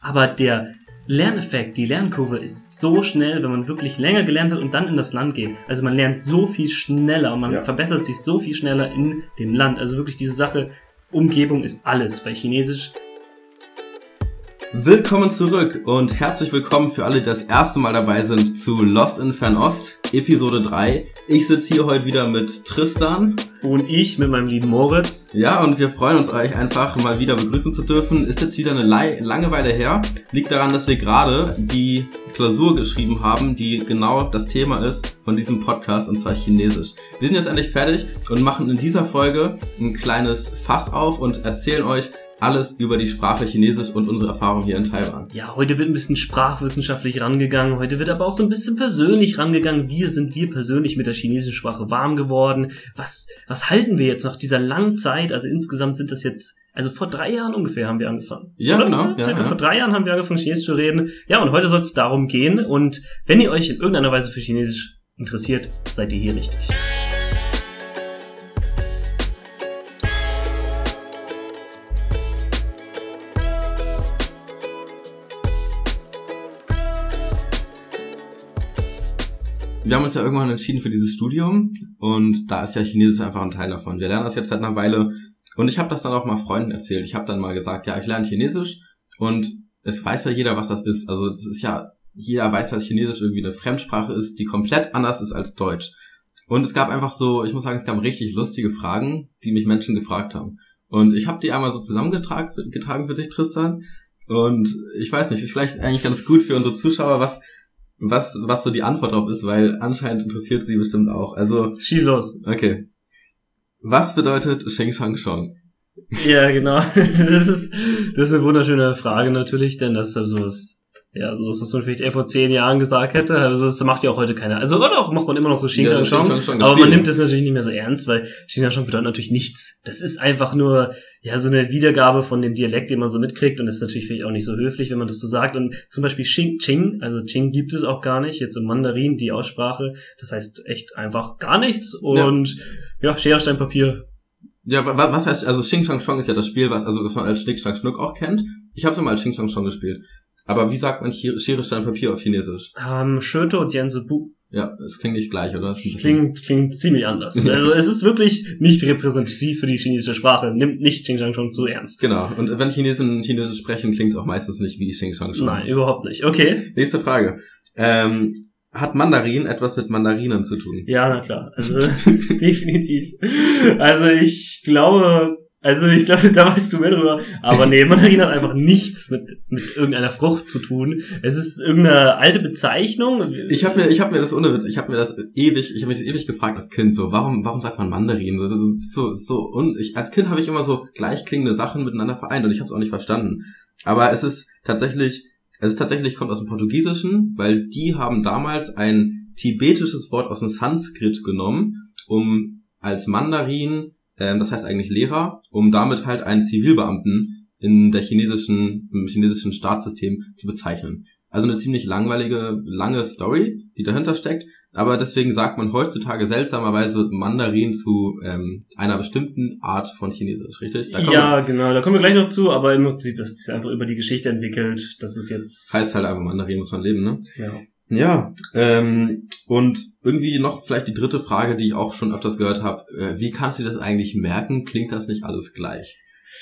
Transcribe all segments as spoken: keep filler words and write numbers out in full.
aber der Lerneffekt, die Lernkurve ist so schnell, wenn man wirklich länger gelernt hat und dann in das Land geht. Also man lernt so viel schneller und man ja. verbessert sich so viel schneller in dem Land. Also wirklich diese Sache, Umgebung ist alles bei Chinesisch. Willkommen zurück und herzlich willkommen für alle, die das erste Mal dabei sind zu Lost in Fernost, Episode drei. Ich sitze hier heute wieder mit Tristan. Und ich mit meinem lieben Moritz. Ja, und wir freuen uns, euch einfach mal wieder begrüßen zu dürfen. Ist jetzt wieder eine lange Weile her. Liegt daran, dass wir gerade die Klausur geschrieben haben, die genau das Thema ist von diesem Podcast, und zwar Chinesisch. Wir sind jetzt endlich fertig und machen in dieser Folge ein kleines Fass auf und erzählen euch alles über die Sprache Chinesisch und unsere Erfahrung hier in Taiwan. Ja, heute wird ein bisschen sprachwissenschaftlich rangegangen, heute wird aber auch so ein bisschen persönlich rangegangen. Wie sind wir persönlich mit der chinesischen Sprache warm geworden? Was, was halten wir jetzt nach dieser langen Zeit? Also insgesamt sind das jetzt, also vor drei Jahren ungefähr haben wir angefangen. Ja, oder? genau. Ja, ja, vor ja. drei Jahren haben wir angefangen, Chinesisch zu reden. Ja, und heute soll es darum gehen. Und wenn ihr euch in irgendeiner Weise für Chinesisch interessiert, seid ihr hier richtig. Wir haben uns ja irgendwann entschieden für dieses Studium und da ist ja Chinesisch einfach ein Teil davon. Wir lernen das jetzt seit einer Weile und ich habe das dann auch mal Freunden erzählt. Ich habe dann mal gesagt, ja, ich lerne Chinesisch und es weiß ja jeder, was das ist. Also das ist ja, jeder weiß, dass Chinesisch irgendwie eine Fremdsprache ist, die komplett anders ist als Deutsch. Und es gab einfach so, ich muss sagen, es gab richtig lustige Fragen, die mich Menschen gefragt haben. Und ich habe die einmal so zusammengetragen getragen für dich, Tristan. Und ich weiß nicht, ist vielleicht eigentlich ganz gut für unsere Zuschauer, was Was, was so die Antwort drauf ist, weil anscheinend interessiert sie bestimmt auch. Also, schieß los. Okay. Was bedeutet Xing Shang Shong? Ja, genau. Das ist, das ist eine wunderschöne Frage natürlich, denn das ist so was, ja, so was man vielleicht eher vor zehn Jahren gesagt hätte. Also das macht ja auch heute keiner. Also oder auch macht man immer noch so Xing Shang Shong, aber man nimmt das natürlich nicht mehr so ernst, weil Xing Shang Shong bedeutet natürlich nichts. Das ist einfach nur ja so eine Wiedergabe von dem Dialekt, den man so mitkriegt, und das ist natürlich vielleicht auch nicht so höflich, wenn man das so sagt. Und zum Beispiel Xing, Qing, also Qing gibt es auch gar nicht, jetzt im Mandarin, die Aussprache, das heißt echt einfach gar nichts. Und ja, ja Schere, Stein, Papier. Ja, was heißt, also Xing Shang Shong ist ja das Spiel, was also was man als Schnick, Schnack, Schnuck auch kennt. Ich habe es ja mal als Xing Shang Shong gespielt. Aber wie sagt man Schere, Stein, Papier auf Chinesisch? Ähm, Shöto Jianzi Bu. Ja, es klingt nicht gleich, oder? Klingt, klingt ziemlich anders. Also es ist wirklich nicht repräsentativ für die chinesische Sprache. Nimmt nicht Xing Shang Shong zu ernst. Genau. Und wenn Chinesen Chinesisch sprechen, klingt es auch meistens nicht wie Xing Shang Shong. Nein, überhaupt nicht. Okay. Nächste Frage. Ähm, hat Mandarin etwas mit Mandarinen zu tun? Ja, na klar. Also definitiv. Also ich glaube... Also ich glaube, da weißt du mehr drüber. Aber nee, Mandarin hat einfach nichts mit mit irgendeiner Frucht zu tun. Es ist irgendeine alte Bezeichnung. Ich habe mir, ich habe mir das ohne Witz, ich habe mir das ewig, ich habe mich das ewig gefragt als Kind, so warum, warum sagt man Mandarin? Das ist so, so und ich als Kind habe ich immer so gleichklingende Sachen miteinander vereint und ich habe es auch nicht verstanden. Aber es ist tatsächlich, es ist tatsächlich kommt aus dem Portugiesischen, weil die haben damals ein tibetisches Wort aus dem Sanskrit genommen, um als Mandarin, das heißt eigentlich Lehrer, um damit halt einen Zivilbeamten in der chinesischen, im chinesischen Staatssystem zu bezeichnen. Also eine ziemlich langweilige, lange Story, die dahinter steckt, aber deswegen sagt man heutzutage seltsamerweise Mandarin zu ähm, einer bestimmten Art von Chinesisch, richtig? Ja, wir, genau, da kommen wir gleich noch zu, aber im Prinzip ist es einfach über die Geschichte entwickelt, das ist jetzt... Heißt halt einfach Mandarin, muss man leben, ne? Ja. Ja, ähm, und irgendwie noch vielleicht die dritte Frage, die ich auch schon öfters gehört habe. Äh, wie kannst du das eigentlich merken? Klingt das nicht alles gleich?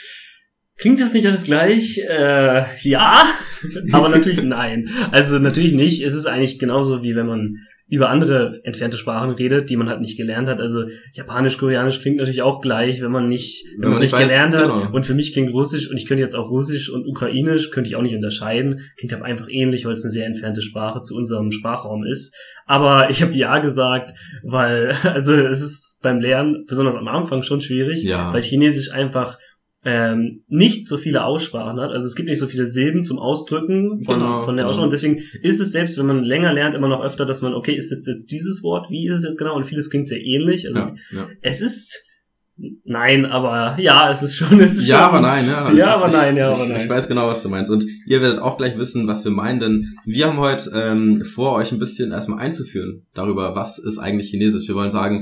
Klingt das nicht alles gleich? Äh, ja, aber natürlich nein. Also natürlich nicht. Es ist eigentlich genauso, wie wenn man über andere entfernte Sprachen redet, die man halt nicht gelernt hat. Also Japanisch, Koreanisch klingt natürlich auch gleich, wenn man nicht, wenn, wenn man es nicht weiß, gelernt hat. Genau. Und für mich klingt Russisch, und ich könnte jetzt auch Russisch und Ukrainisch, könnte ich auch nicht unterscheiden. Klingt aber einfach ähnlich, weil es eine sehr entfernte Sprache zu unserem Sprachraum ist. Aber ich habe ja gesagt, weil, also es ist beim Lernen, besonders am Anfang, schon schwierig, ja. weil Chinesisch einfach ähm, nicht so viele Aussprachen hat. Also es gibt nicht so viele Silben zum Ausdrücken von, genau, von der genau. Aussprache. Und deswegen ist es selbst, wenn man länger lernt, immer noch öfter, dass man, okay, ist es jetzt dieses Wort? Wie ist es jetzt genau? Und vieles klingt sehr ähnlich. Also ja, ja. es ist, nein, aber ja, es ist schon, es ist ja, schon. Aber nein, ja, ja, ist, aber nein, ja, ich, aber nein. Ich weiß genau, was du meinst. Und ihr werdet auch gleich wissen, was wir meinen, denn wir haben heute ähm, vor, euch ein bisschen erstmal einzuführen darüber, was ist eigentlich Chinesisch. Wir wollen sagen,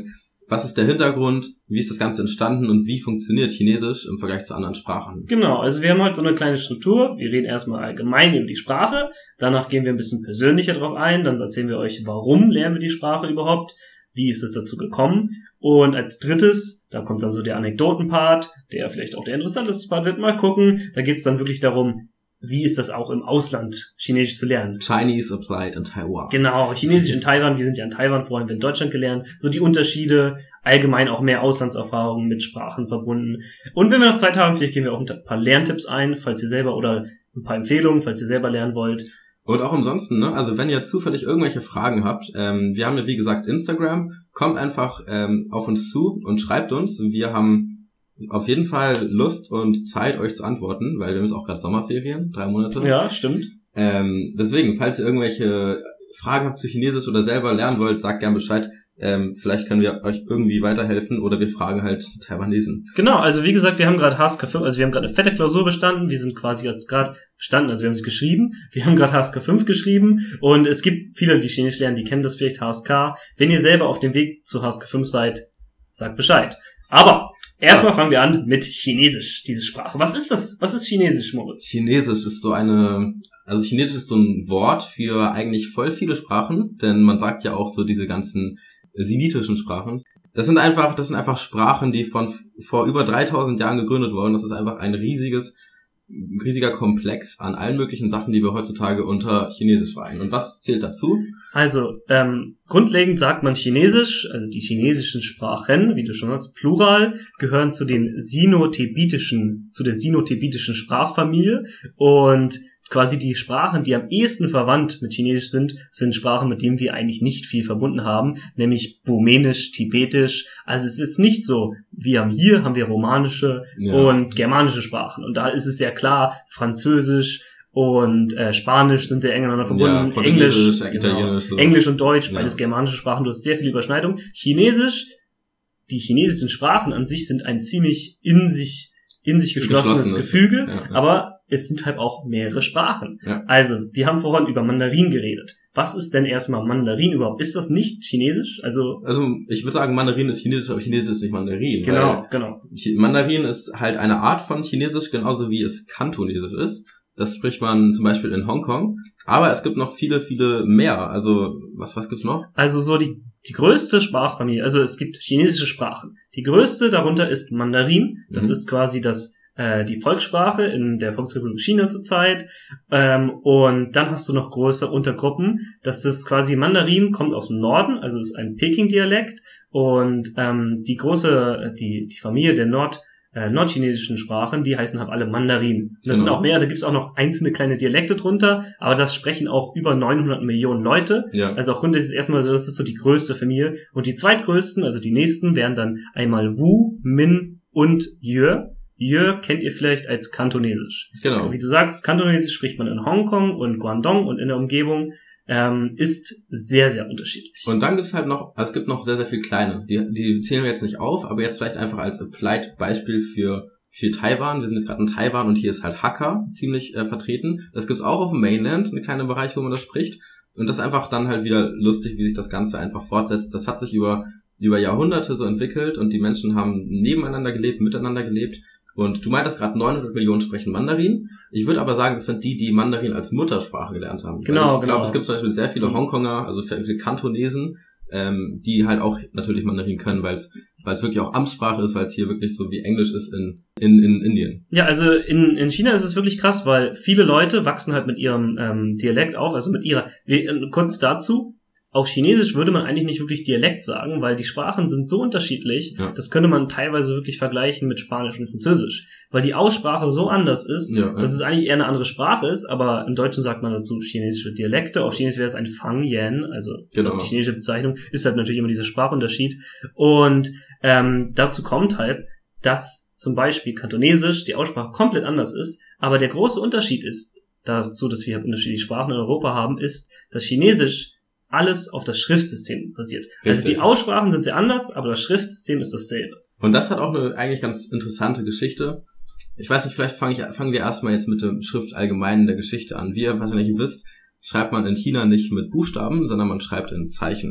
was ist der Hintergrund, wie ist das Ganze entstanden und wie funktioniert Chinesisch im Vergleich zu anderen Sprachen? Genau, also wir haben halt so eine kleine Struktur. Wir reden erstmal allgemein über die Sprache, danach gehen wir ein bisschen persönlicher drauf ein, dann erzählen wir euch, warum lernen wir die Sprache überhaupt, wie ist es dazu gekommen, und als drittes, da kommt dann so der Anekdotenpart, der vielleicht auch der interessanteste Part wird, mal gucken, da geht es dann wirklich darum, wie ist das auch im Ausland, Chinesisch zu lernen. Chinese applied in Taiwan. Genau, Chinesisch in Taiwan, wir sind ja in Taiwan, vorhin haben wir in Deutschland gelernt, so die Unterschiede, allgemein auch mehr Auslandserfahrungen mit Sprachen verbunden. Und wenn wir noch Zeit haben, vielleicht gehen wir auch ein paar Lerntipps ein, falls ihr selber, oder ein paar Empfehlungen, falls ihr selber lernen wollt. Und auch ansonsten, ne, also wenn ihr zufällig irgendwelche Fragen habt, ähm, wir haben ja wie gesagt Instagram, kommt einfach ähm, auf uns zu und schreibt uns. Wir haben auf jeden Fall Lust und Zeit, euch zu antworten, weil wir haben jetzt auch gerade Sommerferien, drei Monate. Ja, stimmt. Ähm, deswegen, falls ihr irgendwelche Fragen habt zu Chinesisch oder selber lernen wollt, sagt gern Bescheid. Ähm, vielleicht können wir euch irgendwie weiterhelfen oder wir fragen halt Taiwanesen. Genau, also wie gesagt, wir haben gerade H S K fünf, also wir haben gerade eine fette Klausur bestanden, wir sind quasi jetzt gerade bestanden, also wir haben sie geschrieben, wir haben gerade H S K fünf geschrieben und es gibt viele, die Chinesisch lernen, die kennen das vielleicht, H S K. Wenn ihr selber auf dem Weg zu H S K fünf seid, sagt Bescheid. Aber erstmal fangen wir an mit Chinesisch, diese Sprache. Was ist das? Was ist Chinesisch, Moritz? Chinesisch ist so eine, also Chinesisch ist so ein Wort für eigentlich voll viele Sprachen, denn man sagt ja auch so diese ganzen semitischen Sprachen. Das sind einfach, das sind einfach Sprachen, die von vor über dreitausend Jahren gegründet wurden. Das ist einfach ein riesiges, riesiger Komplex an allen möglichen Sachen, die wir heutzutage unter Chinesisch vereinen. Und was zählt dazu? Also, ähm, grundlegend sagt man Chinesisch, also die chinesischen Sprachen, wie du schon sagst, Plural, gehören zu den sino-tibetischen, zu der sino-tibetischen Sprachfamilie und quasi die Sprachen, die am ehesten verwandt mit Chinesisch sind, sind Sprachen, mit denen wir eigentlich nicht viel verbunden haben, nämlich Burmenisch, Tibetisch. Also es ist nicht so, wir haben hier, haben wir romanische ja. und germanische Sprachen. Und da ist es sehr klar, Französisch und äh, Spanisch sind sehr eng aneinander verbunden. Ja, Englisch, Italienisch, genau, Englisch und Deutsch, ja. beides germanische Sprachen, du hast sehr viel Überschneidung. Chinesisch, die chinesischen Sprachen an sich sind ein ziemlich in sich in sich geschlossenes, geschlossenes. Gefüge, ja, ja. aber es sind halt auch mehrere Sprachen. Ja. Also, wir haben vorhin über Mandarin geredet. Was ist denn erstmal Mandarin überhaupt? Ist das nicht Chinesisch? Also, also ich würde sagen, Mandarin ist Chinesisch, aber Chinesisch ist nicht Mandarin. Genau, genau. Mandarin ist halt eine Art von Chinesisch, genauso wie es Kantonesisch ist. Das spricht man zum Beispiel in Hongkong. Aber es gibt noch viele, viele mehr. Also, was, was gibt's noch? Also so die, die größte Sprachfamilie, also es gibt chinesische Sprachen. Die größte darunter ist Mandarin. Das mhm. ist quasi das, äh, die Volkssprache in der Volksrepublik China zurzeit. Ähm, und dann hast du noch größere Untergruppen. Das ist quasi Mandarin, kommt aus dem Norden, also ist ein Peking-Dialekt. Und, ähm, die große, die, die Familie der Nord, Äh, nordchinesischen Sprachen, die heißen halt alle Mandarin. Das genau. sind auch mehr, da gibt's auch noch einzelne kleine Dialekte drunter, aber das sprechen auch über neunhundert Millionen Leute. Ja. Also auch grundsätzlich ist erstmal so, das ist so die größte Familie. Und die zweitgrößten, also die nächsten, wären dann einmal Wu, Min und Yue. Yue kennt ihr vielleicht als Kantonesisch. Genau. Wie du sagst, Kantonesisch spricht man in Hongkong und Guangdong und in der Umgebung. Ähm, ist sehr, sehr unterschiedlich. Und dann gibt's halt noch, also es gibt noch sehr, sehr viele kleine. Die, die zählen wir jetzt nicht auf, aber jetzt vielleicht einfach als Applied-Beispiel für für Taiwan. Wir sind jetzt gerade in Taiwan und hier ist halt Hakka ziemlich äh, vertreten. Das gibt's auch auf dem Mainland, eine kleine Bereich, wo man das spricht. Und das ist einfach dann halt wieder lustig, wie sich das Ganze einfach fortsetzt. Das hat sich über über Jahrhunderte so entwickelt und die Menschen haben nebeneinander gelebt, miteinander gelebt. Und du meintest gerade, neunhundert Millionen sprechen Mandarin. Ich würde aber sagen, das sind die, die Mandarin als Muttersprache gelernt haben. Genau, ich genau. glaube, es gibt zum Beispiel sehr viele Hongkonger, also viele Kantonesen, ähm, die halt auch natürlich Mandarin können, weil es weil es wirklich auch Amtssprache ist, weil es hier wirklich so wie Englisch ist in in in Indien. Ja, also in in China ist es wirklich krass, weil viele Leute wachsen halt mit ihrem ähm, Dialekt auf, also mit ihrer, kurz dazu, auf Chinesisch würde man eigentlich nicht wirklich Dialekt sagen, weil die Sprachen sind so unterschiedlich, ja. Das könnte man teilweise wirklich vergleichen mit Spanisch und Französisch, weil die Aussprache so anders ist, ja, dass ja. es eigentlich eher eine andere Sprache ist, aber im Deutschen sagt man dazu chinesische Dialekte, auf Chinesisch wäre es ein Fangyan, also genau. Ist auch die chinesische Bezeichnung, ist halt natürlich immer dieser Sprachunterschied und ähm, dazu kommt halt, dass zum Beispiel Kantonesisch die Aussprache komplett anders ist, aber der große Unterschied ist dazu, dass wir halt unterschiedliche Sprachen in Europa haben, ist, dass Chinesisch alles auf das Schriftsystem basiert. Richtig. Also die Aussprachen sind sehr anders, aber das Schriftsystem ist dasselbe. Und das hat auch eine eigentlich ganz interessante Geschichte. Ich weiß nicht, vielleicht fange ich, fangen wir erstmal jetzt mit der Schrift allgemein der Geschichte an. Wie ihr wahrscheinlich wisst, schreibt man in China nicht mit Buchstaben, sondern man schreibt in Zeichen.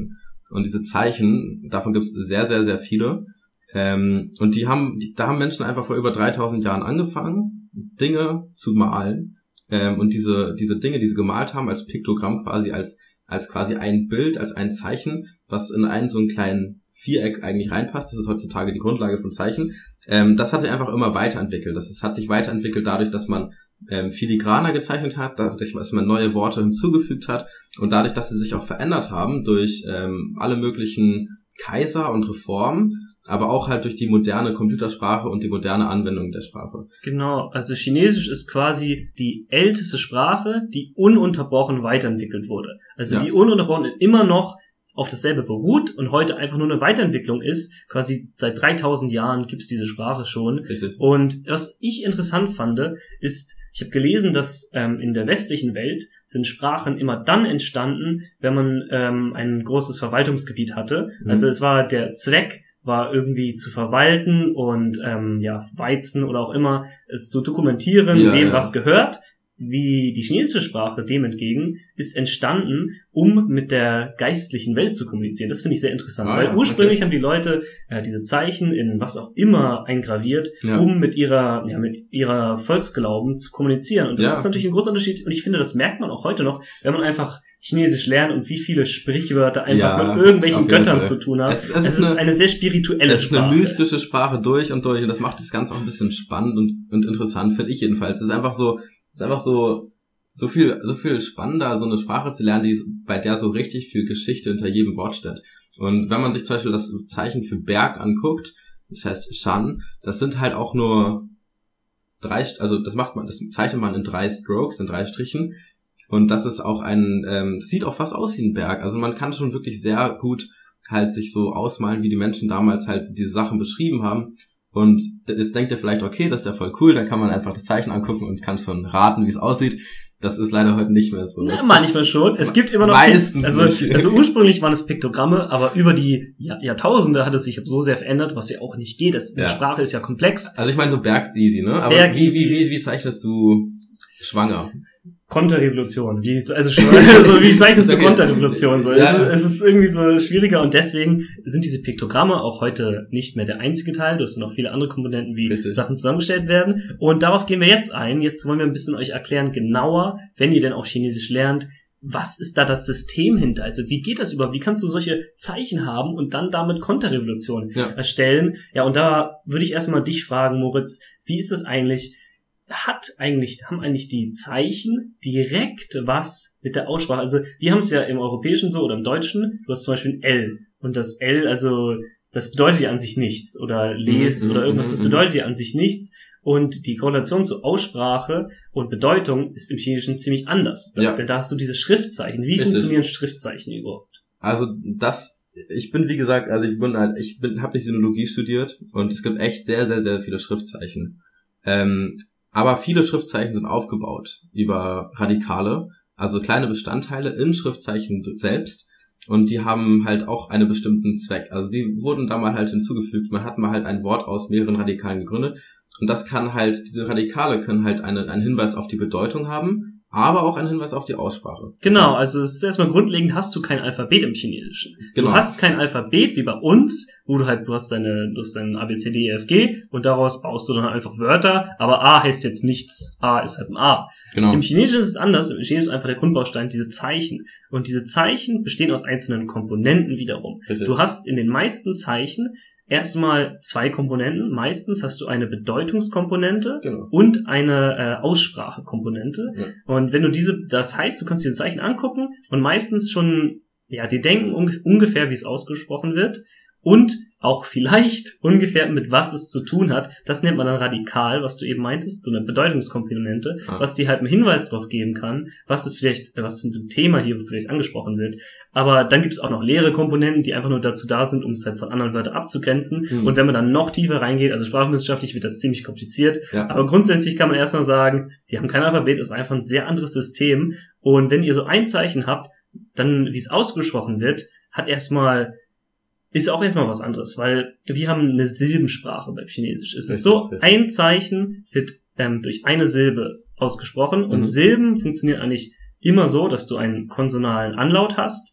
Und diese Zeichen, davon gibt es sehr, sehr, sehr viele. Ähm, und die haben, die, da haben Menschen einfach vor über dreitausend Jahren angefangen, Dinge zu malen. Ähm, und diese, diese Dinge, die sie gemalt haben, als Piktogramm quasi, als, als quasi ein Bild, als ein Zeichen, was in einen so einen kleinen Viereck eigentlich reinpasst. Das ist heutzutage die Grundlage von Zeichen. Ähm, das hat sich einfach immer weiterentwickelt. Das ist, hat sich weiterentwickelt dadurch, dass man ähm, filigraner gezeichnet hat, dadurch, dass man neue Worte hinzugefügt hat und dadurch, dass sie sich auch verändert haben durch ähm, alle möglichen Kaiser und Reformen, aber auch halt durch die moderne Computersprache und die moderne Anwendung der Sprache. Genau, also Chinesisch ist quasi die älteste Sprache, die ununterbrochen weiterentwickelt wurde. Also ja. die ununterbrochen immer noch auf dasselbe beruht und heute einfach nur eine Weiterentwicklung ist. Quasi seit dreitausend Jahren gibt's diese Sprache schon. Richtig. Und was ich interessant fand, ist, ich habe gelesen, dass ähm, in der westlichen Welt sind Sprachen immer dann entstanden, wenn man ähm, ein großes Verwaltungsgebiet hatte. Mhm. Also es war der Zweck, war irgendwie zu verwalten und ähm, ja Weizen oder auch immer es zu dokumentieren, ja, wem ja. was gehört. Wie die chinesische Sprache dem entgegen ist entstanden, um mit der geistlichen Welt zu kommunizieren. Das finde ich sehr interessant, ah, weil ja, ursprünglich okay. haben die Leute äh, diese Zeichen in was auch immer eingraviert, ja. um mit ihrer ja mit ihrer Volksglauben zu kommunizieren. Und das ja. ist natürlich ein großer Unterschied. Und ich finde, das merkt man auch heute noch, wenn man einfach Chinesisch lernt und wie viele Sprichwörter einfach ja, mit irgendwelchen Göttern zu tun haben. Es, es, es ist, eine, eine sehr spirituelle es Sprache. Es ist eine mystische Sprache durch und durch und das macht das Ganze auch ein bisschen spannend und, und interessant, finde ich jedenfalls. Es ist einfach so, es ist einfach so, so viel, so viel spannender, so eine Sprache zu lernen, die, bei der so richtig viel Geschichte hinter jedem Wort steht. Und wenn man sich zum Beispiel das Zeichen für Berg anguckt, das heißt Shan, das sind halt auch nur drei, also das macht man, das zeichnet man in drei Strokes, in drei Strichen. Und das ist auch ein, ähm, das sieht auch fast aus wie ein Berg. Also man kann schon wirklich sehr gut halt sich so ausmalen, wie die Menschen damals halt diese Sachen beschrieben haben. Und jetzt denkt ihr vielleicht, okay, das ist ja voll cool, dann kann man einfach das Zeichen angucken und kann schon raten, wie es aussieht. Das ist leider heute nicht mehr so. Na, manchmal schon. Es gibt immer noch... Meistens also, also ursprünglich waren es Piktogramme, aber über die Jahr, Jahrtausende hat es sich so sehr verändert, was ja auch nicht geht. Das, ja. Die Sprache ist ja komplex. Also ich meine so Berg easy, ne? Aber Berg wie, wie, wie, wie zeichnest du schwanger? Konterrevolution, wie, also, also wie zeichnest du okay. Konterrevolution? So, ja. es, ist, es ist irgendwie so schwieriger und deswegen sind diese Piktogramme auch heute nicht mehr der einzige Teil. Du hast noch viele andere Komponenten, wie Richtig. Sachen zusammengestellt werden. Und darauf gehen wir jetzt ein. Jetzt wollen wir ein bisschen euch erklären, genauer, wenn ihr denn auch Chinesisch lernt, was ist da das System hinter? Also wie geht das überhaupt? Wie kannst du solche Zeichen haben und dann damit Konterrevolution ja. erstellen? Ja, und da würde ich erstmal dich fragen, Moritz, wie ist das eigentlich? Hat eigentlich, haben eigentlich die Zeichen direkt was mit der Aussprache? Also, wir haben es ja im Europäischen so oder im Deutschen. Du hast zum Beispiel ein L. Und das L, also, das bedeutet ja an sich nichts. Oder les mm, oder irgendwas, das bedeutet ja an sich nichts. Und die Korrelation zu Aussprache und Bedeutung ist im Chinesischen ziemlich anders. Ja. Denn da hast du diese Schriftzeichen. Wie Richtig. Funktionieren Schriftzeichen überhaupt? Also, das, ich bin, wie gesagt, also ich bin halt, ich bin, habe nicht Sinologie studiert und es gibt echt sehr, sehr, sehr viele Schriftzeichen. Ähm, Aber viele Schriftzeichen sind aufgebaut über Radikale, also kleine Bestandteile in Schriftzeichen selbst. Und die haben halt auch einen bestimmten Zweck. Also die wurden da mal halt hinzugefügt. Man hat mal halt ein Wort aus mehreren Radikalen gegründet. Und das kann halt, diese Radikale können halt eine, einen Hinweis auf die Bedeutung haben, aber auch einen Hinweis auf die Aussprache. Genau, das heißt, also es ist erstmal grundlegend, hast du kein Alphabet im Chinesischen. Genau. Du hast kein Alphabet wie bei uns, wo du halt, du hast deine, du hast dein A, B, C, D, E, F, G und daraus baust du dann einfach Wörter, aber A heißt jetzt nichts, A ist halt ein A. Genau. Im Chinesischen ist es anders, im Chinesischen ist einfach der Grundbaustein diese Zeichen. Und diese Zeichen bestehen aus einzelnen Komponenten wiederum. Richtig. Du hast in den meisten Zeichen erstmal zwei Komponenten. Meistens hast du eine Bedeutungskomponente genau. und eine äh, Aussprachekomponente. Ja. Und wenn du diese, das heißt, du kannst diese Zeichen angucken und meistens schon, ja, die denken un- ungefähr, wie es ausgesprochen wird und auch vielleicht ungefähr mit was es zu tun hat. Das nennt man dann radikal, was du eben meintest, so eine Bedeutungskomponente, ah. was dir halt einen Hinweis drauf geben kann, was ist vielleicht, was ein Thema hier vielleicht angesprochen wird. Aber dann gibt es auch noch leere Komponenten, die einfach nur dazu da sind, um es halt von anderen Wörtern abzugrenzen. Mhm. Und wenn man dann noch tiefer reingeht, also sprachwissenschaftlich wird das ziemlich kompliziert. Ja. Aber grundsätzlich kann man erstmal sagen, die haben kein Alphabet, das ist einfach ein sehr anderes System. Und wenn ihr so ein Zeichen habt, dann, wie es ausgesprochen wird, hat erstmal ist auch erstmal was anderes, weil wir haben eine Silbensprache beim Chinesisch. Es ist so, ein Zeichen wird ähm, durch eine Silbe ausgesprochen und mhm. Silben funktionieren eigentlich immer so, dass du einen konsonalen Anlaut hast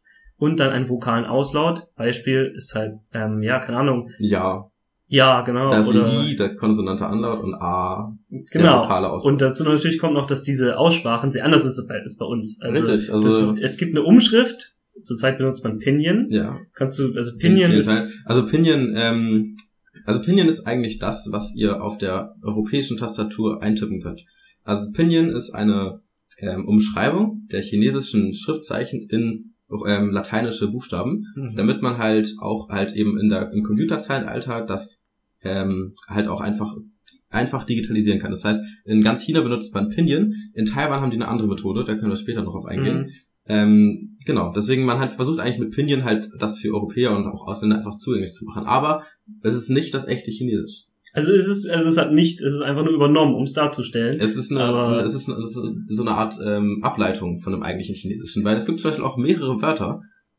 und dann einen vokalen Auslaut. Beispiel ist halt, ähm, ja, keine Ahnung. Ja. Ja, genau. Da ist oder I, der konsonante Anlaut und A, genau. der vokale Auslaut. Und dazu natürlich kommt noch, dass diese Aussprachen sehr anders ist bei, ist bei uns. Also, Richtig, also das, es gibt eine Umschrift. Zurzeit benutzt man Pinion. Ja. Kannst du, also Pinion ist... Fall. Also Pinion, ähm, also Pinion ist eigentlich das, was ihr auf der europäischen Tastatur eintippen könnt. Also Pinion ist eine ähm, Umschreibung der chinesischen Schriftzeichen in ähm, lateinische Buchstaben, mhm. damit man halt auch halt eben in der im Computerzeitalter das ähm, halt auch einfach einfach digitalisieren kann. Das heißt, in ganz China benutzt man Pinyin, in Taiwan haben die eine andere Methode, da können wir später noch drauf eingehen. Mhm. Ähm, genau, deswegen man halt versucht eigentlich mit Pinyin halt das für Europäer und auch Ausländer einfach zugänglich zu machen. Aber es ist nicht das echte Chinesisch. Also es ist, also es hat nicht, es ist einfach nur übernommen, um es darzustellen. Es ist eine, aber es ist, eine, es ist so eine Art ähm, Ableitung von dem eigentlichen Chinesischen, weil es gibt zum Beispiel auch mehrere Wörter,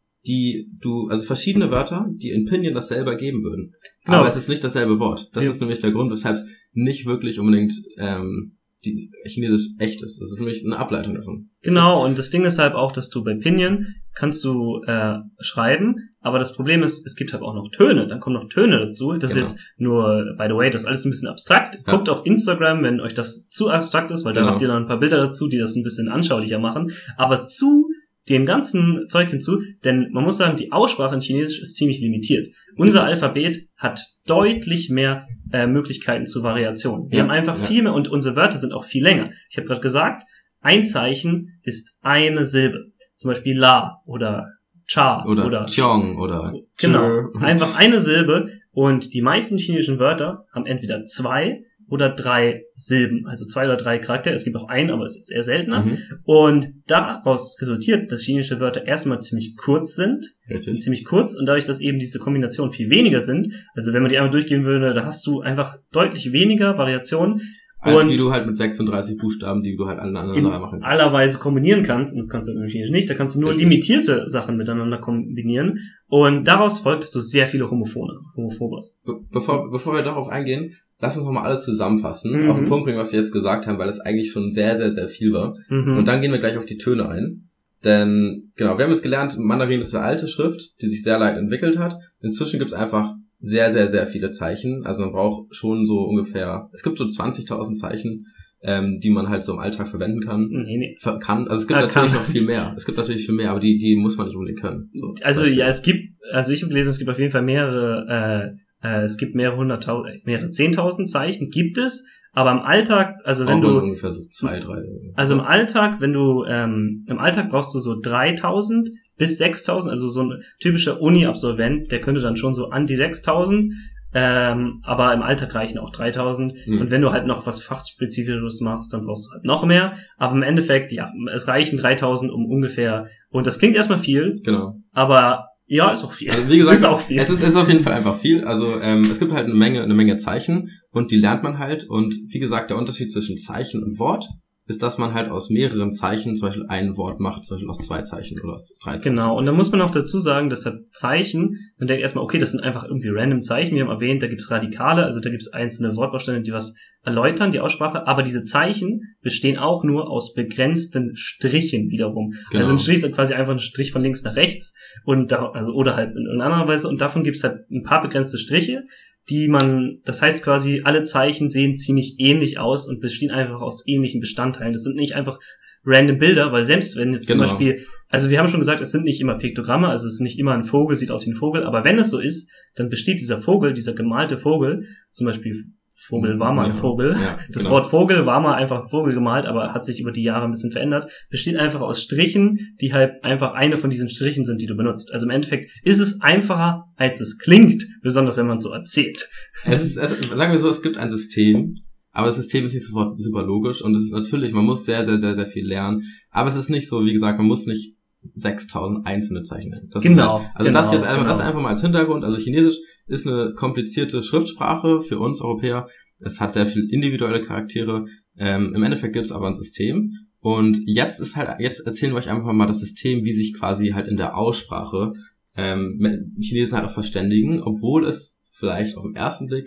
die du, also verschiedene Wörter, die in Pinyin dasselbe ergeben würden. Genau. Aber es ist nicht dasselbe Wort. Das ja. ist nämlich der Grund, weshalb es nicht wirklich unbedingt ähm, die Chinesisch echt ist. Das ist nämlich eine Ableitung davon. Genau, und das Ding ist halt auch, dass du bei Pinyin kannst du äh, schreiben, aber das Problem ist, es gibt halt auch noch Töne, dann kommen noch Töne dazu. Das genau. ist jetzt nur, by the way, das ist alles ein bisschen abstrakt. Ja. Guckt auf Instagram, wenn euch das zu abstrakt ist, weil genau. dann habt ihr dann ein paar Bilder dazu, die das ein bisschen anschaulicher machen. Aber zu dem ganzen Zeug hinzu, denn man muss sagen, die Aussprache in Chinesisch ist ziemlich limitiert. Unser mhm. Alphabet hat deutlich mehr äh, Möglichkeiten zur Variation. Wir ja, haben einfach ja. viel mehr und unsere Wörter sind auch viel länger. Ich habe gerade gesagt, ein Zeichen ist eine Silbe. Zum Beispiel La oder Cha oder, oder Chiong oder genau, einfach eine Silbe und die meisten chinesischen Wörter haben entweder zwei oder drei Silben, also zwei oder drei Charaktere. Es gibt auch einen, aber es ist eher seltener. Mhm. Und daraus resultiert, dass chinesische Wörter erstmal ziemlich kurz sind. Richtig. Ziemlich kurz. Und dadurch, dass eben diese Kombinationen viel weniger sind, also wenn man die einmal durchgehen würde, da hast du einfach deutlich weniger Variationen. Als und wie du halt mit sechsunddreißig Buchstaben, die du halt aneinander machen kannst. Allerweise kombinieren kannst, und das kannst du im Chinesisch nicht, da kannst du nur Richtig. limitierte Sachen miteinander kombinieren. Und daraus folgt, dass du sehr viele Homophone, Homophobe. Be- bevor, bevor wir darauf eingehen, lass uns nochmal alles zusammenfassen, mhm. auf den Punkt bringen, was wir jetzt gesagt haben, weil das eigentlich schon sehr, sehr, sehr viel war. Mhm. Und dann gehen wir gleich auf die Töne ein. Denn, genau, wir haben jetzt gelernt, Mandarin ist eine alte Schrift, die sich sehr leicht entwickelt hat. Inzwischen gibt es einfach sehr, sehr, sehr viele Zeichen. Also man braucht schon so ungefähr, es gibt so zwanzigtausend Zeichen, ähm, die man halt so im Alltag verwenden kann. Nee, nee. Ver- kann. Also es gibt ah, natürlich kann. noch viel mehr. Es gibt natürlich viel mehr, aber die, die muss man nicht unbedingt können. So, also ja, es gibt, also ich habe gelesen, es gibt auf jeden Fall mehrere, äh, äh, es gibt mehrere hunderttausend, mehrere zehntausend Zeichen gibt es. Aber im Alltag, also wenn Auch du ungefähr so zwei, drei. Also im Alltag, wenn du ähm, im Alltag brauchst du so dreitausend bis sechstausend, also so ein typischer Uni-Absolvent, der könnte dann schon so an die sechstausend, ähm, aber im Alltag reichen auch dreitausend. Mhm. Und wenn du halt noch was Fachspezifisches machst, dann brauchst du halt noch mehr. Aber im Endeffekt, ja, es reichen dreitausend um ungefähr. Und das klingt erstmal viel. Genau. Aber ja, ist auch viel. Also wie gesagt, ist auch viel. Es ist, ist auf jeden Fall einfach viel. Also ähm, es gibt halt eine Menge, eine Menge Zeichen und die lernt man halt. Und wie gesagt, der Unterschied zwischen Zeichen und Wort ist, dass man halt aus mehreren Zeichen zum Beispiel ein Wort macht, zum Beispiel aus zwei Zeichen oder aus drei Zeichen. Genau, und da muss man auch dazu sagen, dass halt Zeichen, man denkt erstmal, okay, das sind einfach irgendwie random Zeichen, wir haben erwähnt, da gibt's Radikale, also da gibt's einzelne Wortbausteine, die was erläutern, die Aussprache, aber diese Zeichen bestehen auch nur aus begrenzten Strichen wiederum. Genau. Also ein Strich ist quasi einfach ein Strich von links nach rechts und da, also, oder halt in, in anderer Weise, und davon gibt's halt ein paar begrenzte Striche, die man, das heißt quasi, alle Zeichen sehen ziemlich ähnlich aus und bestehen einfach aus ähnlichen Bestandteilen. Das sind nicht einfach random Bilder, weil selbst wenn jetzt genau. zum Beispiel, also wir haben schon gesagt, es sind nicht immer Piktogramme, also es ist nicht immer ein Vogel, sieht aus wie ein Vogel, aber wenn es so ist, dann besteht dieser Vogel, dieser gemalte Vogel, zum Beispiel Vogel war mal ein Vogel. Ja, das genau. Wort Vogel war mal einfach ein Vogel gemalt, aber hat sich über die Jahre ein bisschen verändert. Besteht einfach aus Strichen, die halt einfach eine von diesen Strichen sind, die du benutzt. Also im Endeffekt ist es einfacher, als es klingt, besonders wenn man es so erzählt. Es ist, also sagen wir so, es gibt ein System, aber das System ist nicht sofort super logisch und es ist natürlich, man muss sehr, sehr, sehr, sehr viel lernen, aber es ist nicht so, wie gesagt, man muss nicht sechstausend einzelne Zeichen nennen. Das genau. Ist halt, also genau, das jetzt einfach, genau. das einfach mal als Hintergrund. Also Chinesisch ist eine komplizierte Schriftsprache für uns Europäer. Es hat sehr viel individuelle Charaktere. Ähm, Im Endeffekt gibt es aber ein System. Und jetzt ist halt, jetzt erzählen wir euch einfach mal das System, wie sich quasi halt in der Aussprache ähm, Chinesen halt auch verständigen, obwohl es vielleicht auf den ersten Blick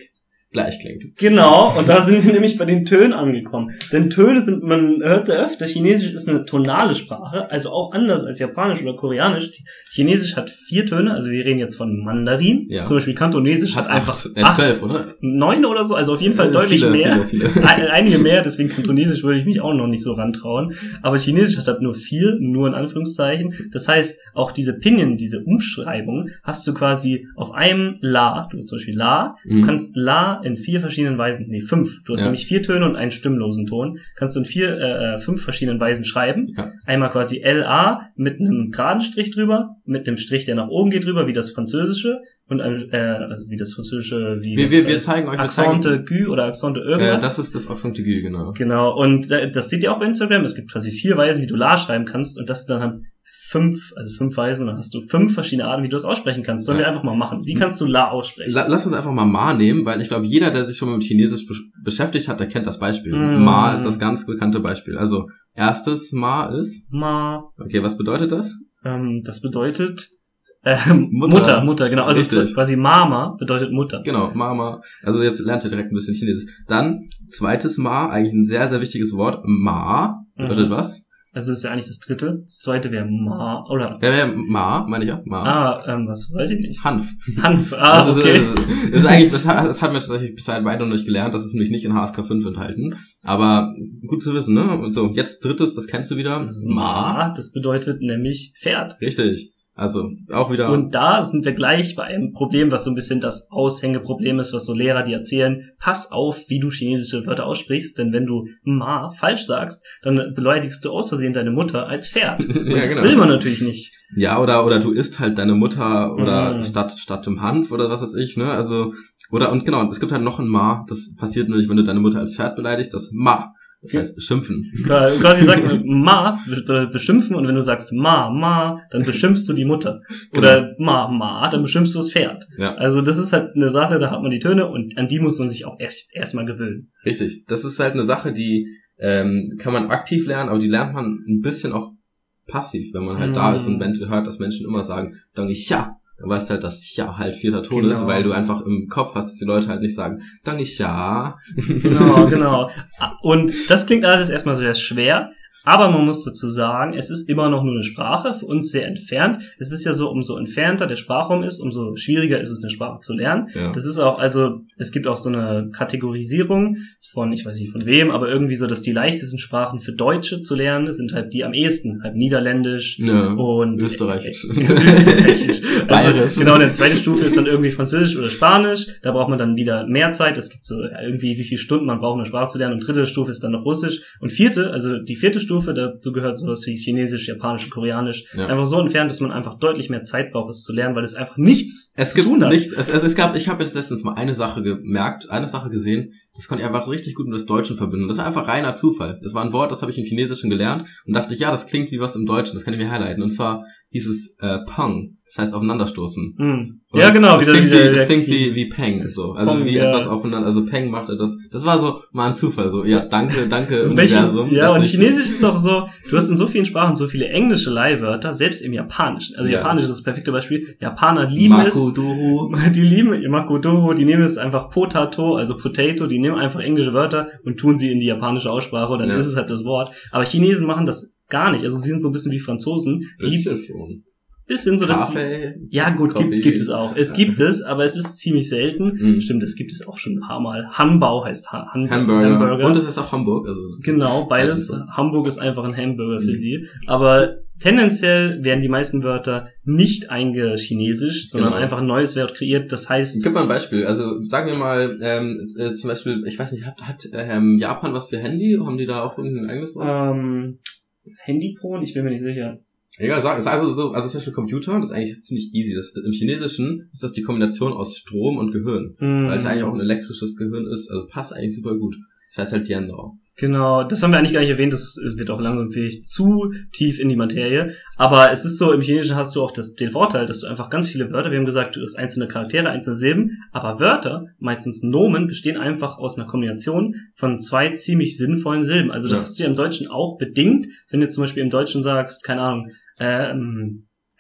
gleich klingt. Genau, und da sind wir nämlich bei den Tönen angekommen. Denn Töne sind, man hört sehr öfter, Chinesisch ist eine tonale Sprache, also auch anders als Japanisch oder Koreanisch. Chinesisch hat vier Töne, also wir reden jetzt von Mandarin. Ja. Zum Beispiel Kantonesisch hat, hat einfach acht, äh, zwölf, oder? Neun oder so, also auf jeden Fall äh, deutlich viele, mehr. Viele, viele. Einige mehr, deswegen Kantonesisch würde ich mich auch noch nicht so rantrauen. Aber Chinesisch hat halt nur vier, nur in Anführungszeichen. Das heißt, auch diese Pinyin, diese Umschreibung, hast du quasi auf einem La, du hast zum Beispiel La, mhm. du kannst La in vier verschiedenen Weisen, nee, fünf, du hast ja. nämlich vier Töne und einen stimmlosen Ton, kannst du in vier, äh, fünf verschiedenen Weisen schreiben. Ja. Einmal quasi L A mit einem geraden Strich drüber, mit einem Strich, der nach oben geht drüber, wie das Französische, und äh, wie das Französische, wie wir, das wir, wir zeigen euch Accent aigu oder Accent irgendwas. Äh, das ist das Accent aigu, genau. Genau, und äh, das seht ihr auch bei Instagram, es gibt quasi vier Weisen, wie du La schreiben kannst, und das dann halt fünf, also fünf Weisen, dann hast du fünf verschiedene Arten, wie du das aussprechen kannst. Sollen ja. wir einfach mal machen. Wie kannst du La aussprechen? La- lass uns einfach mal Ma nehmen, weil ich glaube, jeder, der sich schon mit Chinesisch be- beschäftigt hat, der kennt das Beispiel. Mm. Ma ist das ganz bekannte Beispiel. Also, erstes Ma ist? Ma. Okay, was bedeutet das? Ähm, das bedeutet ähm, Mutter. Mutter, Mutter, genau. Also Richtig. quasi Mama bedeutet Mutter. Genau, Mama. Also jetzt lernt ihr direkt ein bisschen Chinesisch. Dann, zweites Ma, eigentlich ein sehr, sehr wichtiges Wort. Ma bedeutet mhm. was? Also das ist ja eigentlich das dritte. Das zweite wäre Ma, oder? Ja, ja, Ma, meine ich ja. Ma. Ah, ähm, was weiß ich nicht. Hanf. Hanf, ah, das okay. Ist, das ist eigentlich, das, das haben wir tatsächlich bis dahin beide noch nicht gelernt. Das ist nämlich nicht in H S K fünf enthalten. Aber gut zu wissen, ne? Und so, jetzt drittes, das kennst du wieder. Das ist Ma, das bedeutet nämlich Pferd. Richtig. Also, auch wieder. Und da sind wir gleich bei einem Problem, was so ein bisschen das Aushängeproblem ist, was so Lehrer dir erzählen. Pass auf, wie du chinesische Wörter aussprichst, denn wenn du Ma falsch sagst, dann beleidigst du aus Versehen deine Mutter als Pferd. Und ja, das genau. will man natürlich nicht. Ja, oder, oder du isst halt deine Mutter oder mhm. statt, statt im Hanf oder was weiß ich, ne? Also, oder, und genau, es gibt halt noch ein Ma, das passiert nämlich, wenn du deine Mutter als Pferd beleidigst, das Ma. Das heißt, beschimpfen. Quasi sagt man Ma, beschimpfen, und wenn du sagst Ma, Ma, dann beschimpfst du die Mutter. Oder genau. Ma, Ma, dann beschimpfst du das Pferd. Ja. Also das ist halt eine Sache, da hat man die Töne, und an die muss man sich auch erst erstmal gewöhnen. Richtig. Das ist halt eine Sache, die ähm, kann man aktiv lernen, aber die lernt man ein bisschen auch passiv, wenn man halt mm. da ist und hört, dass Menschen immer sagen, Dang ich ja. Dann weißt du halt, dass ja halt vierter Ton genau. ist, weil du einfach im Kopf hast, dass die Leute halt nicht sagen, Dang ich ja. Genau, genau. Und das klingt alles erstmal sehr schwer, aber man muss dazu sagen, es ist immer noch nur eine Sprache, für uns sehr entfernt. Es ist ja so, umso entfernter der Sprachraum ist, umso schwieriger ist es, eine Sprache zu lernen. Ja. Das ist auch, also es gibt auch so eine Kategorisierung von, ich weiß nicht von wem, aber irgendwie so, dass die leichtesten Sprachen für Deutsche zu lernen sind halt die am ehesten, halt Niederländisch ja, und Österreichisch. Äh, Österreichisch. Also, Bayerisch. Genau, und die zweite Stufe ist dann irgendwie Französisch oder Spanisch. Da braucht man dann wieder mehr Zeit. Es gibt so irgendwie, wie viele Stunden man braucht, um eine Sprache zu lernen. Und dritte Stufe ist dann noch Russisch. Und vierte, also die vierte Stufe, dazu gehört sowas wie Chinesisch, Japanisch und Koreanisch. Ja. Einfach so entfernt, dass man einfach deutlich mehr Zeit braucht, es zu lernen, weil es einfach nichts es zu tun hat. Nichts. Es, also es gab, ich habe jetzt letztens mal eine Sache gemerkt, eine Sache gesehen, das konnte ich einfach richtig gut mit das Deutschen verbinden. Das war einfach reiner Zufall. Das war ein Wort, das habe ich im Chinesischen gelernt und dachte ich, ja, das klingt wie was im Deutschen, das kann ich mir herleiten. Und zwar hieß es äh, Peng, das heißt aufeinanderstoßen. Mm. Ja, genau. Das klingt, wie, das klingt wie, wie Peng, so. Also Pong, wie ja. etwas aufeinander, also Peng machte das. Das war so mal ein Zufall, so. Ja, danke, danke, Universum. Ja, und Chinesisch ist auch so, du hast in so vielen Sprachen so viele englische Leihwörter, selbst im Japanischen. Also ja. Japanisch ist das perfekte Beispiel. Japaner lieben Makodoro. es. Die lieben Makodoro, die nehmen es einfach Potato, also Potato, die nehmen einfach englische Wörter und tun sie in die japanische Aussprache und dann ja. ist es halt das Wort. Aber Chinesen machen das gar nicht. Also sie sind so ein bisschen wie Franzosen. Das ist ja schon. Bisschen so, dass Kaffee, ja gut, gibt, gibt es auch. Es gibt es, aber es ist ziemlich selten. Mhm. Stimmt, es gibt es auch schon ein paar Mal. Hanbao heißt ha- Han- Hamburger. Hamburger. Und es ist auch Hamburg. Also genau, beides. Hamburg ist einfach ein Hamburger mhm. für sie. Aber tendenziell werden die meisten Wörter nicht eingechinesisch, sondern genau. einfach ein neues Wort kreiert. Das heißt... Ich gebe mal ein Beispiel. Also sagen wir mal, ähm, äh, zum Beispiel, ich weiß nicht, hat, hat ähm, Japan was für Handy? Haben die da auch ein eigenes Wort? Ähm, Handyphone? Ich bin mir nicht sicher. Ja, sag, also so, also zum Beispiel Computer, das ist eigentlich ziemlich easy. Das, im Chinesischen ist das die Kombination aus Strom und Gehirn, mm. weil es eigentlich auch ein elektrisches Gehirn ist, also passt eigentlich super gut. Das heißt halt Diandao. Genau, das haben wir eigentlich gar nicht erwähnt, das wird auch langsam vielleicht zu tief in die Materie, aber es ist so, im Chinesischen hast du auch das, den Vorteil, dass du einfach ganz viele Wörter, wir haben gesagt, du hast einzelne Charaktere, einzelne Silben, aber Wörter, meistens Nomen, bestehen einfach aus einer Kombination von zwei ziemlich sinnvollen Silben. Also das ja. hast du ja im Deutschen auch bedingt, wenn du zum Beispiel im Deutschen sagst, keine Ahnung, ähm,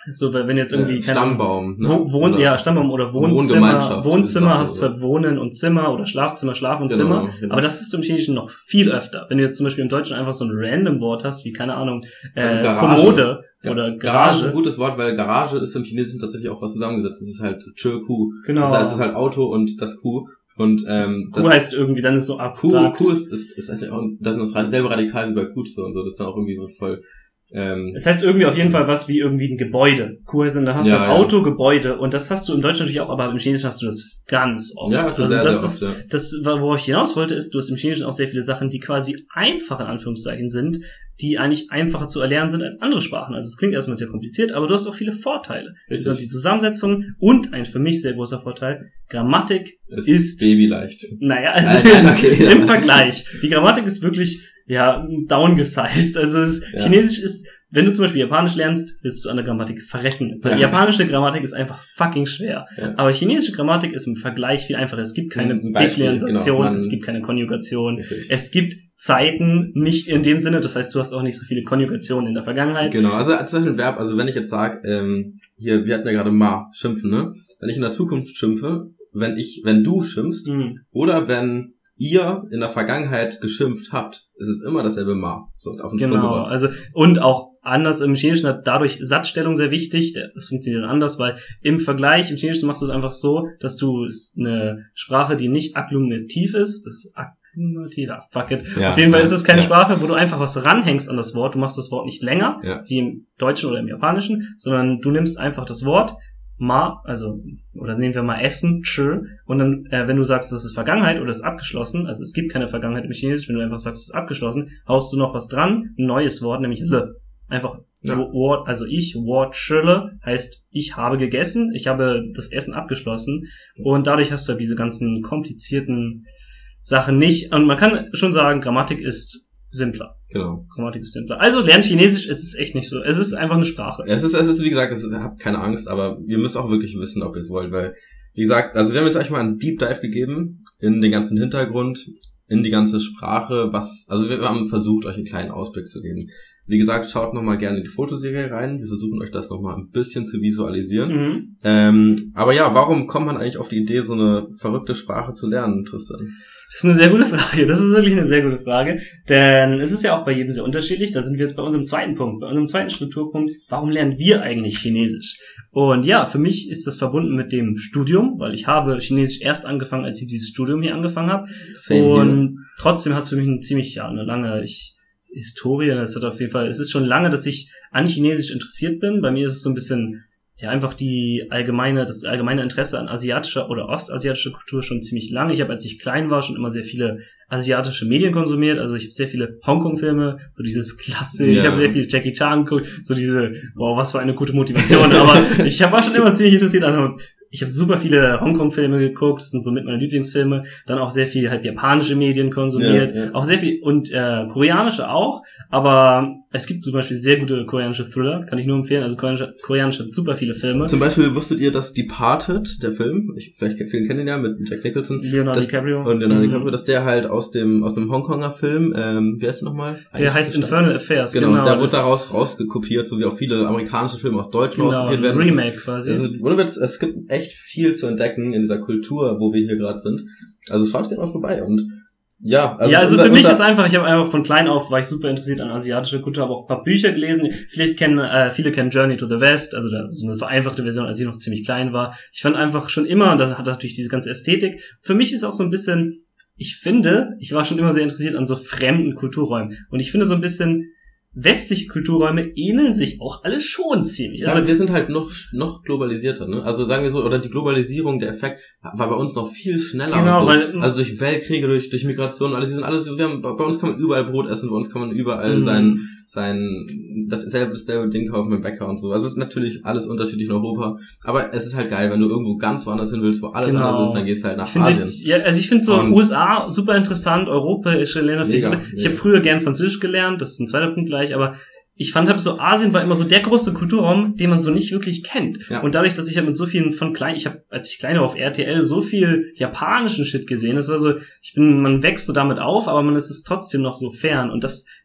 So, wenn jetzt irgendwie, äh, Stammbaum, ne? Wo, Wohn, oder ja, Stammbaum oder Wohnzimmer, Wohnzimmer hast du halt Wohnen und Zimmer oder Schlafzimmer, Schlaf und genau, Zimmer. Genau. Aber das ist im Chinesischen noch viel öfter. Wenn du jetzt zum Beispiel im Deutschen einfach so ein random Wort hast, wie, keine Ahnung, äh, also Kommode oder Garage. Garage ist ein gutes Wort, weil Garage ist im Chinesischen tatsächlich auch was zusammengesetzt. Das ist halt Chö Ku. Genau. Das heißt, es ist halt Auto und das Kuh. Und, ähm, das Kuh heißt irgendwie, dann ist so abstrakt. Kuh, Kuh ist, ist, ist, ist auch, das sind das selbe Radikal wie bei Kutze und so. Das ist dann auch irgendwie so voll, Ähm, es heißt irgendwie auf jeden Fall was wie irgendwie ein Gebäude. Cool, dann hast ja, du ja. Auto, Gebäude und das hast du im Deutschen natürlich auch, aber im Chinesischen hast du das ganz oft. Ja, das also sehr, das sehr ist, oft, ja. das, worauf ich hinaus wollte, ist, du hast im Chinesischen auch sehr viele Sachen, die quasi einfach in Anführungszeichen sind, die eigentlich einfacher zu erlernen sind als andere Sprachen. Also es klingt erstmal sehr kompliziert, aber du hast auch viele Vorteile. Richtig. Also die Zusammensetzung und ein für mich sehr großer Vorteil, Grammatik ist, ist babyleicht. Naja, also Nein, nein, okay, im ja. Vergleich. Die Grammatik ist wirklich, ja, downgesized. Also es, Ja. Chinesisch ist, wenn du zum Beispiel Japanisch lernst, wirst du an der Grammatik verrecken. Weil Ja. japanische Grammatik ist einfach fucking schwer. Ja. Aber chinesische Grammatik ist im Vergleich viel einfacher. Es gibt keine Ein Beispiel, Deklination, genau, man- es gibt keine Konjugation. Richtig. Es gibt Zeiten nicht in dem Sinne, das heißt, du hast auch nicht so viele Konjugationen in der Vergangenheit. Genau, also als Beispiel ein Verb, also wenn ich jetzt sage, ähm, hier, wir hatten ja gerade ma, schimpfen, ne? Wenn ich in der Zukunft schimpfe, wenn ich, wenn du schimpfst, Mhm. oder wenn ihr in der Vergangenheit geschimpft habt, ist es immer dasselbe ma. So, auf den Sprung Genau, gebracht. also und auch anders im Chinesischen hat dadurch Satzstellung sehr wichtig, der- das funktioniert dann anders, weil im Vergleich, im Chinesischen machst du es einfach so, dass du es eine Sprache, die nicht akkusativ ist, das ist akkusativ, ah, fuck it, Ja, auf jeden Fall ja, ist es keine ja. Sprache, wo du einfach was ranhängst an das Wort, du machst das Wort nicht länger, Ja. wie im Deutschen oder im Japanischen, sondern du nimmst einfach das Wort, ma, also, oder nehmen wir mal Essen, tschö, und dann, äh, wenn du sagst, das ist Vergangenheit oder ist abgeschlossen, also es gibt keine Vergangenheit im Chinesischen, wenn du einfach sagst, es ist abgeschlossen, haust du noch was dran, ein neues Wort, nämlich le. Einfach, Ja. Wort, also ich, Wort schille, heißt, ich habe gegessen, ich habe das Essen abgeschlossen, und dadurch hast du halt diese ganzen komplizierten Sachen nicht, und man kann schon sagen, Grammatik ist simpler. Genau. Grammatik ist simpler. Also lernt Chinesisch, es ist echt nicht so. Es ist einfach eine Sprache. Es ist, es ist, wie gesagt, es ist, habt keine Angst, aber ihr müsst auch wirklich wissen, ob ihr es wollt, weil, wie gesagt, also wir haben jetzt euch mal einen Deep Dive gegeben in den ganzen Hintergrund, in die ganze Sprache, was, also wir haben versucht, euch einen kleinen Ausblick zu geben. Wie gesagt, schaut nochmal gerne in die Fotoserie rein. Wir versuchen euch das nochmal ein bisschen zu visualisieren. Mhm. Ähm, aber ja, warum kommt man eigentlich auf die Idee, so eine verrückte Sprache zu lernen, Tristan? Das ist eine sehr gute Frage. Das ist wirklich eine sehr gute Frage. Denn es ist ja auch bei jedem sehr unterschiedlich. Da sind wir jetzt bei unserem zweiten Punkt, bei unserem zweiten Strukturpunkt. Warum lernen wir eigentlich Chinesisch? Und ja, für mich ist das verbunden mit dem Studium, weil ich habe Chinesisch erst angefangen, als ich dieses Studium hier angefangen habe. Same Und trotzdem hat es für mich eine ziemlich, ja, eine lange ich, Historie. Das hat auf jeden Fall, es ist schon lange, dass ich an Chinesisch interessiert bin. Bei mir ist es so ein bisschen, ja, einfach die allgemeine, das allgemeine Interesse an asiatischer oder ostasiatischer Kultur schon ziemlich lange. Ich habe, als ich klein war, schon immer sehr viele asiatische Medien konsumiert. Also ich habe sehr viele Hongkong-Filme, so dieses Klasse. Ja. Ich habe sehr viel Jackie Chan geguckt, so diese, wow, was für eine gute Motivation. Aber ich hab, war schon immer ziemlich interessiert an. Ich habe super viele Hongkong-Filme geguckt, das sind so mit meine Lieblingsfilme. Dann auch sehr viel halt japanische Medien konsumiert, Ja, ja. auch sehr viel und äh, koreanische auch. Aber es gibt zum Beispiel sehr gute koreanische Thriller, kann ich nur empfehlen. Also koreanische, koreanische hat super viele Filme. Zum Beispiel wusstet ihr, dass Departed, der Film, ich, vielleicht viele kennen ihn ja, mit Jack Nicholson. Leonardo das, DiCaprio. Und Leonardo Mhm. DiCaprio, dass der halt aus dem, aus dem Hongkonger Film, ähm, wie heißt der nochmal? Der heißt Infernal Affairs. Genau, Genau, der wurde das- daraus rausgekopiert, so wie auch viele amerikanische Filme aus Deutschland Genau, rauskopiert ein werden. Das ist- Remake quasi. Also, ohne Witz, es gibt echt viel zu entdecken in dieser Kultur, wo wir hier gerade sind. Also schaut gerne mal vorbei und ja, also, ja, also unser, für mich unser, ist einfach, ich habe einfach von klein auf, war ich super interessiert an asiatischer Kultur, habe auch ein paar Bücher gelesen. Vielleicht kennen, äh, viele kennen Journey to the West, also da, so eine vereinfachte Version, als ich noch ziemlich klein war. Ich fand einfach schon immer, und das hat natürlich diese ganze Ästhetik. Für mich ist auch so ein bisschen, ich finde, ich war schon immer sehr interessiert an so fremden Kulturräumen. Und ich finde so ein bisschen, westliche Kulturräume ähneln sich auch alle schon ziemlich. ja, Also wir sind halt noch noch globalisierter, ne? Also sagen wir so, oder die Globalisierung, der Effekt war bei uns noch viel schneller. Genau, und so. weil- Also durch Weltkriege, durch durch Migration, alles, die sind alles. Wir haben, bei uns kann man überall Brot essen, bei uns kann man überall Mhm. sein sein dasselbe dasselbe Ding kaufen beim Bäcker und so. Also es ist natürlich alles unterschiedlich in Europa, aber es ist halt geil, wenn du irgendwo ganz woanders hin willst, wo alles Genau. anders ist, dann gehst du halt nach Ich finde, Asien. ich, ja, also ich finde so Und- U S A super interessant, europäische Länder finde ich Mega, super. Ich mega. habe früher gern Französisch gelernt, das ist ein zweiter Punkt gleich, aber ich fand halt so, Asien war immer so der große Kulturraum, den man so nicht wirklich kennt. Ja. Und dadurch, dass ich halt mit so vielen von klein, ich habe, als ich kleiner war auf R T L, so viel japanischen Shit gesehen. Das war so, ich bin, man wächst so damit auf, aber man ist es trotzdem noch so fern. Und das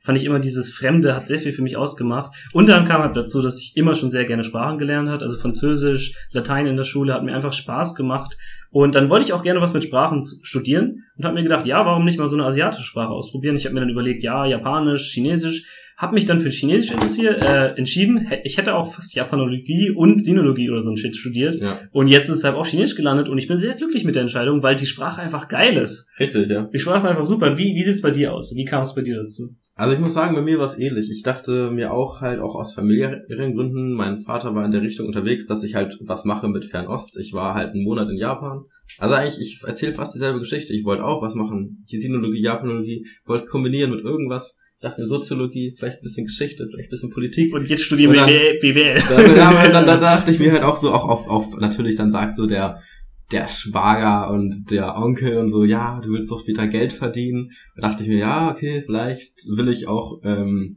fand ich immer dieses Fremde hat sehr viel für mich ausgemacht. Und dann kam halt dazu, dass ich immer schon sehr gerne Sprachen gelernt habe, also Französisch, Latein in der Schule hat mir einfach Spaß gemacht. Und dann wollte ich auch gerne was mit Sprachen studieren und habe mir gedacht, ja, warum nicht mal so eine asiatische Sprache ausprobieren? Ich habe mir dann überlegt, ja, Japanisch, Chinesisch, habe mich dann für Chinesisch interessiert, äh, entschieden. Ich hätte auch fast Japanologie und Sinologie oder so ein Shit studiert. Ja. Und jetzt ist es halt auf Chinesisch gelandet und ich bin sehr glücklich mit der Entscheidung, weil die Sprache einfach geil ist. Richtig, ja. Die Sprache ist einfach super. Wie, wie sieht's bei dir aus? Wie kam es bei dir dazu? Also ich muss sagen, bei mir war es ähnlich. Ich dachte mir auch halt, auch aus familiären Gründen, mein Vater war in der Richtung unterwegs, dass ich halt was mache mit Fernost. Ich war halt einen Monat in Japan. Also eigentlich, ich erzähle fast dieselbe Geschichte. Ich wollte auch was machen. Sinologie, Japanologie, wollte es kombinieren mit irgendwas. Ich dachte mir Soziologie, vielleicht ein bisschen Geschichte, vielleicht ein bisschen Politik. Und jetzt studieren wir B W L. Dann, dann, dann, dann dachte ich mir halt auch so, auch auf, auf natürlich dann sagt so der der Schwager und der Onkel und so, ja, du willst doch später Geld verdienen. Da dachte ich mir, ja, okay, vielleicht will ich auch ähm,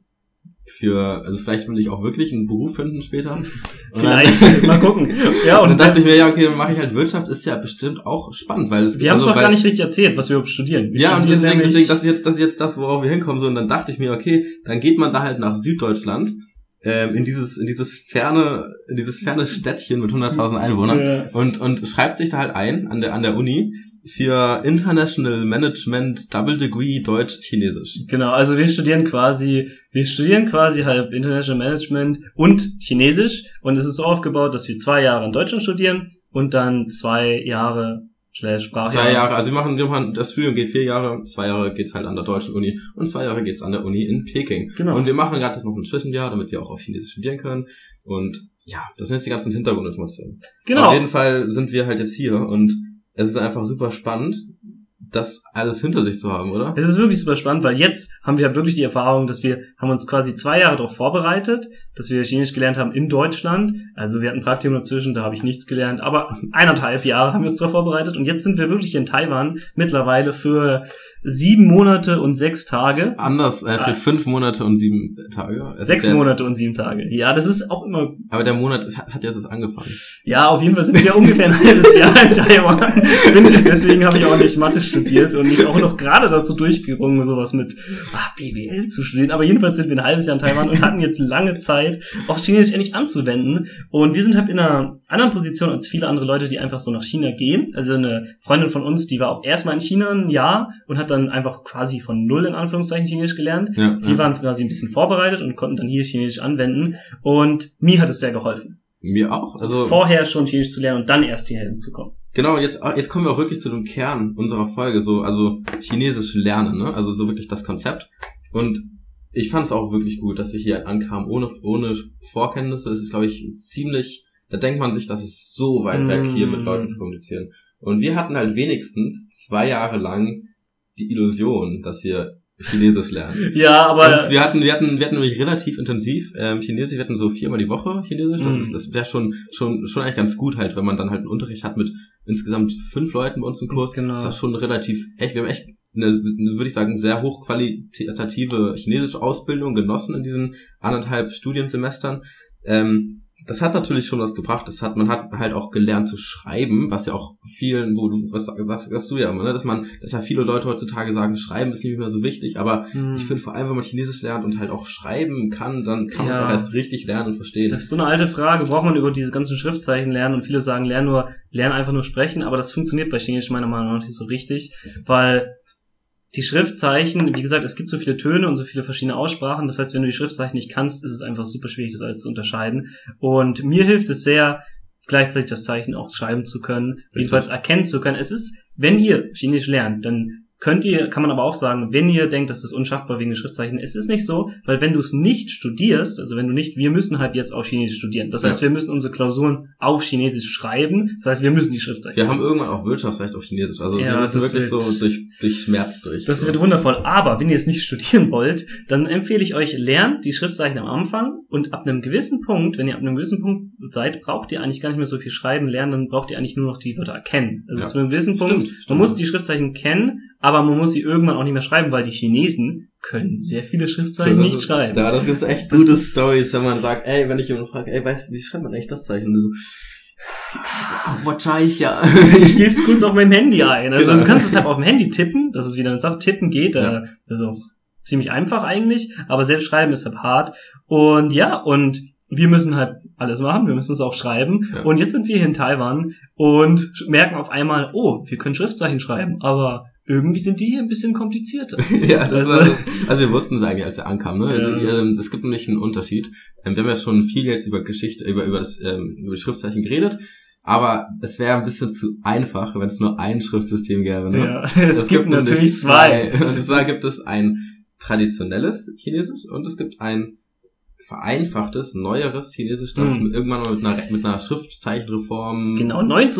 für, also vielleicht will ich auch wirklich einen Beruf finden später. Und vielleicht, dann, mal gucken. Ja, und dann dachte ich mir, ja, okay, dann mache ich halt Wirtschaft, ist ja bestimmt auch spannend, weil es wir haben es also, doch gar nicht richtig erzählt, was wir überhaupt studieren. Wir ja, studieren und deswegen, nämlich, deswegen, das ist jetzt, das ist jetzt das, worauf wir hinkommen, so, und dann dachte ich mir, okay, dann geht man da halt nach Süddeutschland, ähm, in dieses, in dieses ferne, in dieses ferne Städtchen mit hunderttausend Einwohnern, ja. und, und schreibt sich da halt ein, an der, an der Uni, für International Management Double Degree Deutsch-Chinesisch. Genau, also wir studieren quasi, wir studieren quasi halt International Management und Chinesisch, und es ist so aufgebaut, dass wir zwei Jahre in Deutschland studieren und dann zwei Jahre Sprache. Zwei Jahre, also wir machen, wir machen, das Studium geht vier Jahre, zwei Jahre geht's halt an der deutschen Uni und zwei Jahre geht's an der Uni in Peking. Genau. Und wir machen gerade das noch ein Zwischenjahr, damit wir auch auf Chinesisch studieren können. Und ja, das sind jetzt die ganzen Hintergrundinformationen. Genau. Auf jeden Fall sind wir halt jetzt hier und es ist einfach super spannend, das alles hinter sich zu haben, oder? Es ist wirklich super spannend, weil jetzt haben wir wirklich die Erfahrung, dass wir haben uns quasi zwei Jahre darauf vorbereitet, dass wir Chinesisch gelernt haben in Deutschland. Also wir hatten ein Praktikum dazwischen, da habe ich nichts gelernt, aber eineinhalb Jahre haben wir uns darauf vorbereitet und jetzt sind wir wirklich in Taiwan mittlerweile für sieben Monate und sechs Tage. Anders, äh, für ah. fünf Monate und sieben Tage. Es sechs Monate und sieben Tage. Ja, das ist auch immer... Aber der Monat hat, hat jetzt angefangen. Ja, auf jeden Fall sind wir ungefähr ein halbes Jahr in Taiwan. Bin, deswegen habe ich auch nicht Mathe studiert und mich auch noch gerade dazu durchgerungen, sowas mit ach, B W L zu studieren. Aber jedenfalls sind wir ein halbes Jahr in Taiwan und hatten jetzt lange Zeit, auch Chinesisch endlich anzuwenden. Und wir sind halt in einer anderen Position als viele andere Leute, die einfach so nach China gehen. Also eine Freundin von uns, die war auch erstmal in China ein Jahr und hat dann einfach quasi von null in Anführungszeichen Chinesisch gelernt. Ja, wir ja. waren quasi ein bisschen vorbereitet und konnten dann hier Chinesisch anwenden. Und mir hat es sehr geholfen. Mir auch. Also vorher schon Chinesisch zu lernen und dann erst hierher hinzukommen. Genau, jetzt jetzt kommen wir auch wirklich zu dem Kern unserer Folge, so also Chinesisch lernen, ne? Also so wirklich das Konzept. Und ich fand es auch wirklich gut, dass ich hier ankam ohne ohne Vorkenntnisse. Es ist, glaube ich, ziemlich. Da denkt man sich, das ist so weit mm. weg, hier mit Leuten zu kommunizieren. Und wir hatten halt wenigstens zwei Jahre lang die Illusion, dass wir Chinesisch lernen. Ja, aber und wir hatten, wir hatten, wir hatten nämlich relativ intensiv ähm, Chinesisch. Wir hatten so viermal die Woche Chinesisch. Das mm. ist, das wäre schon, schon, schon eigentlich ganz gut halt, wenn man dann halt einen Unterricht hat mit insgesamt fünf Leuten bei uns im Kurs. Genau. Ist das schon relativ echt. Wir haben echt eine, würde ich sagen, sehr hochqualitative chinesische Ausbildung genossen in diesen anderthalb Studiensemestern. Ähm, Das hat natürlich schon was gebracht. Das hat, man hat halt auch gelernt zu schreiben, was ja auch vielen, wo du, was sagst, sagst du ja immer, ne, dass man, dass ja viele Leute heutzutage sagen, schreiben ist nicht mehr so wichtig, aber hm. ich finde vor allem, wenn man Chinesisch lernt und halt auch schreiben kann, dann kann ja. man es auch erst richtig lernen und verstehen. Das ist so eine alte Frage, braucht man über diese ganzen Schriftzeichen lernen? Und viele sagen, lern nur, lern einfach nur sprechen, aber das funktioniert bei Chinesisch meiner Meinung nach nicht so richtig, weil die Schriftzeichen, wie gesagt, es gibt so viele Töne und so viele verschiedene Aussprachen. Das heißt, wenn du die Schriftzeichen nicht kannst, ist es einfach super schwierig, das alles zu unterscheiden. Und mir hilft es sehr, gleichzeitig das Zeichen auch schreiben zu können, Richtig. jedenfalls erkennen zu können. Es ist, wenn ihr Chinesisch lernt, dann könnt ihr, kann man aber auch sagen, wenn ihr denkt, das ist unschaffbar wegen der Schriftzeichen, es ist nicht so, weil wenn du es nicht studierst, also wenn du nicht, wir müssen halt jetzt auf Chinesisch studieren. Das heißt, ja. wir müssen unsere Klausuren auf Chinesisch schreiben. Das heißt, wir müssen die Schriftzeichen. Wir haben irgendwann auch Wirtschaftsrecht auf Chinesisch. Also ja, wir müssen wirklich wird, so durch, durch Schmerz durch. Das so. wird wundervoll. Aber wenn ihr es nicht studieren wollt, dann empfehle ich euch, lernt die Schriftzeichen am Anfang und ab einem gewissen Punkt, wenn ihr ab einem gewissen Punkt seid, braucht ihr eigentlich gar nicht mehr so viel schreiben, lernen, dann braucht ihr eigentlich nur noch die Wörter erkennen. Also ja. zu einem gewissen Punkt, stimmt, stimmt. man muss die Schriftzeichen kennen, aber man muss sie irgendwann auch nicht mehr schreiben, weil die Chinesen können sehr viele Schriftzeichen nicht schreiben. Ja, das ist echt das gute Stories, wenn man sagt, ey, wenn ich jemanden frage, ey, weißt du, wie schreibt man eigentlich das Zeichen? Und so, wahrscheinlich ja. Ich gebe es kurz auf meinem Handy ein. Also genau. Du kannst es halt auf dem Handy tippen, das ist wieder eine Sache, tippen geht, ja. das ist auch ziemlich einfach eigentlich, aber selbst schreiben ist halt hart. Und ja, und wir müssen halt alles machen, wir müssen es auch schreiben. Ja. Und jetzt sind wir hier in Taiwan und merken auf einmal, oh, wir können Schriftzeichen schreiben, aber irgendwie sind die hier ein bisschen komplizierter. Ja, das also, war, also wir wussten es eigentlich, als er ankam, ne? Ja. Es gibt nämlich einen Unterschied. Wir haben ja schon viel jetzt über Geschichte, über, über das, über die Schriftzeichen geredet. Aber es wäre ein bisschen zu einfach, wenn es nur ein Schriftsystem gäbe. Ne? Ja, es, es gibt, gibt natürlich zwei. zwei. Und zwar gibt es ein traditionelles Chinesisch und es gibt ein vereinfachtes, neueres Chinesisch, das hm. irgendwann mal mit einer, mit einer Schriftzeichenreform... Genau,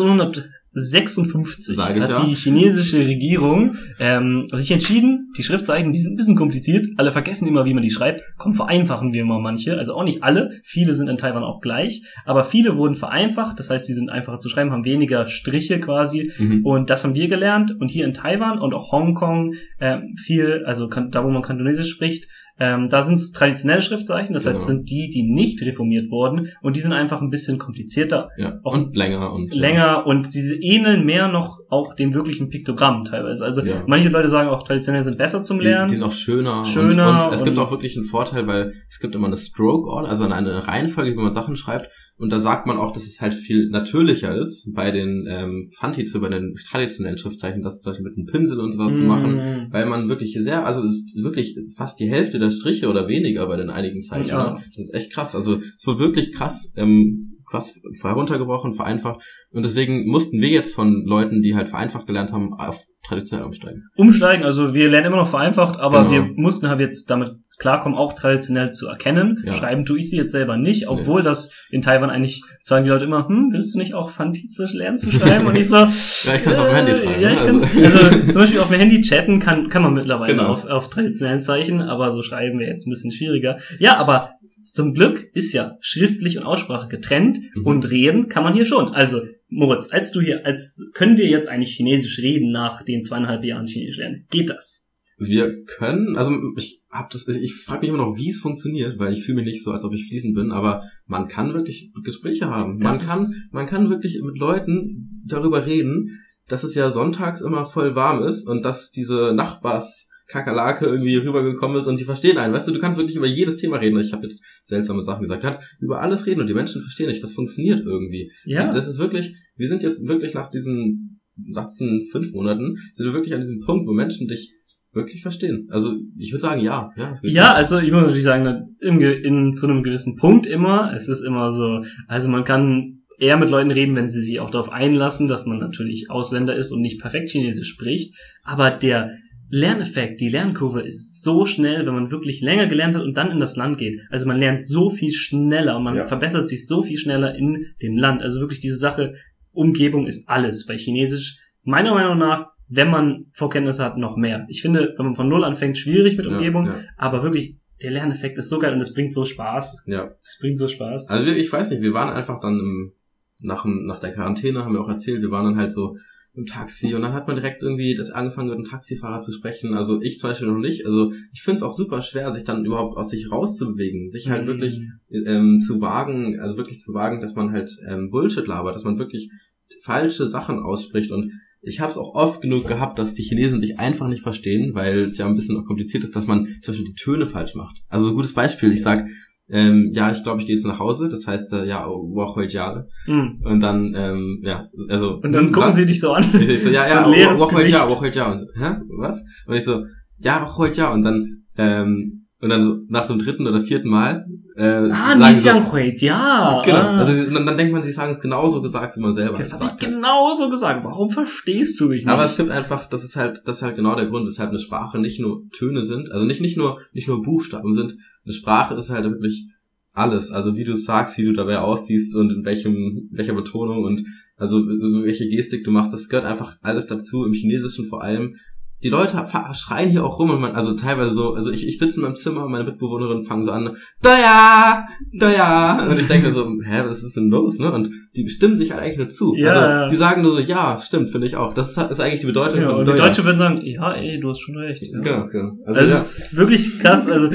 neunzehnhundertsechsundfünfzig hat ja. die chinesische Regierung ähm, sich entschieden, die Schriftzeichen, die sind ein bisschen kompliziert, alle vergessen immer, wie man die schreibt, komm, vereinfachen wir mal manche, also auch nicht alle, viele sind in Taiwan auch gleich, aber viele wurden vereinfacht, das heißt, die sind einfacher zu schreiben, haben weniger Striche quasi mhm. und das haben wir gelernt und hier in Taiwan und auch Hongkong äh, viel, also da wo man Kantonesisch spricht, Ähm, da sind es traditionelle Schriftzeichen, das heißt, es sind die, die nicht reformiert wurden und die sind einfach ein bisschen komplizierter. Ja, auch und länger. und Länger ja. und sie ähneln mehr noch auch den wirklichen Piktogrammen teilweise. Also ja. manche Leute sagen auch, traditionelle sind besser zum Lernen. Die, die sind auch schöner. schöner und, und es und gibt auch wirklich einen Vorteil, weil es gibt immer eine Stroke Order, also eine Reihenfolge, wie man Sachen schreibt und da sagt man auch, dass es halt viel natürlicher ist, bei den ähm, Fantize, bei den traditionellen Schriftzeichen, das zum Beispiel mit einem Pinsel und sowas mm. zu machen, weil man wirklich sehr, also wirklich fast die Hälfte der Striche oder weniger bei den einigen Zeichen. Ja. Das ist echt krass. Also es wird wirklich krass, ähm, krass heruntergebrochen, vereinfacht. Und deswegen mussten wir jetzt von Leuten, die halt vereinfacht gelernt haben, auf traditionell umsteigen. Umsteigen, also wir lernen immer noch vereinfacht, aber genau. wir mussten halt jetzt damit klarkommen, auch traditionell zu erkennen. Ja. Schreiben tue ich sie jetzt selber nicht, obwohl nee. das in Taiwan eigentlich sagen die Leute immer, hm, willst du nicht auch Fantize lernen zu schreiben? Und ich so, ja, ich kann es äh, auf dem Handy schreiben. Ja, ich also. kann's, also zum Beispiel auf dem Handy chatten kann kann man mittlerweile genau. auf, auf traditionellen Zeichen, aber so schreiben wir jetzt ein bisschen schwieriger. Ja, aber zum Glück ist ja schriftlich und Aussprache getrennt mhm. und reden kann man hier schon. Also Moritz, als du hier, als können wir jetzt eigentlich Chinesisch reden nach den zweieinhalb Jahren Chinesisch lernen? Geht das? Wir können, also ich hab das, ich frage mich immer noch, wie es funktioniert, weil ich fühle mich nicht so, als ob ich fließend bin, aber man kann wirklich Gespräche haben. Das man kann, man kann wirklich mit Leuten darüber reden, dass es ja sonntags immer voll warm ist und dass diese Nachbars Kakerlake irgendwie rübergekommen ist und die verstehen einen. Weißt du, du kannst wirklich über jedes Thema reden. Ich habe jetzt seltsame Sachen gesagt. Du kannst über alles reden und die Menschen verstehen dich. Das funktioniert irgendwie. Ja. Das ist wirklich, wir sind jetzt wirklich nach diesen, nach diesen fünf Monaten, sind wir wirklich an diesem Punkt, wo Menschen dich wirklich verstehen. Also ich würde sagen, ja. Ja, ja, also ich muss natürlich sagen, in, in, zu einem gewissen Punkt immer. Es ist immer so, also man kann eher mit Leuten reden, wenn sie sich auch darauf einlassen, dass man natürlich Ausländer ist und nicht perfekt Chinesisch spricht. Aber der Lerneffekt, die Lernkurve ist so schnell, wenn man wirklich länger gelernt hat und dann in das Land geht. Also man lernt so viel schneller und man ja. verbessert sich so viel schneller in dem Land. Also wirklich diese Sache, Umgebung ist alles bei Chinesisch. Meiner Meinung nach, wenn man Vorkenntnisse hat, noch mehr. Ich finde, wenn man von Null anfängt, schwierig mit Umgebung, ja, ja. aber wirklich, der Lerneffekt ist so geil und es bringt so Spaß. Ja. Es bringt so Spaß. Also ich weiß nicht, wir waren einfach dann im, nach, nach der Quarantäne, haben wir auch erzählt, wir waren dann halt so im Taxi und dann hat man direkt irgendwie das angefangen mit einem Taxifahrer zu sprechen, also ich zum Beispiel noch nicht, also ich finde es auch super schwer, sich dann überhaupt aus sich rauszubewegen, sich halt mhm. wirklich ähm, zu wagen, also wirklich zu wagen, dass man halt ähm, Bullshit labert, dass man wirklich falsche Sachen ausspricht und ich habe es auch oft genug gehabt, dass die Chinesen dich einfach nicht verstehen, weil es ja ein bisschen kompliziert ist, dass man zum Beispiel die Töne falsch macht. Also ein gutes Beispiel, ich sag, Ähm, ja, ich glaube, ich gehe jetzt nach Hause. Das heißt, äh, ja, Wochweljahre. Mm. Und dann, ähm, ja, also. Und dann gucken was? sie dich so an. Ich, ich so, ja, ja, Wochweljahre, Wochweljahre. Hä? Was? Und ich so, ja, Wochweljahre. Und dann, ähm, und dann so nach dem dritten oder vierten Mal, äh, ah, nicht so, ja. Genau. Ah. Also dann, dann denkt man, sie sagen es genauso gesagt, wie man selber das habe ich genauso gesagt. Warum verstehst du mich nicht? Aber es gibt einfach, das ist halt, das ist halt genau der Grund, weshalb eine Sprache nicht nur Töne sind, also nicht nicht nur nicht nur Buchstaben sind. Eine Sprache ist halt wirklich alles. Also wie du sagst, wie du dabei aussiehst und in welchem welcher Betonung und also welche Gestik du machst, das gehört einfach alles dazu. Im Chinesischen vor allem. Die Leute schreien hier auch rum und man, also teilweise so, also ich, ich sitze in meinem Zimmer und meine Mitbewohnerinnen fangen so an, da ja, da ja, und ich denke so, hä, was ist denn los, ne? Und die stimmen sich halt eigentlich nur zu. Ja, also ja. die sagen nur so, ja, stimmt, finde ich auch. Das ist, ist eigentlich die Bedeutung. Ja, von und die Deutschen würden sagen, ja, ey, du hast schon recht. Ja. Genau, genau. Also, also ja. es ist wirklich krass, also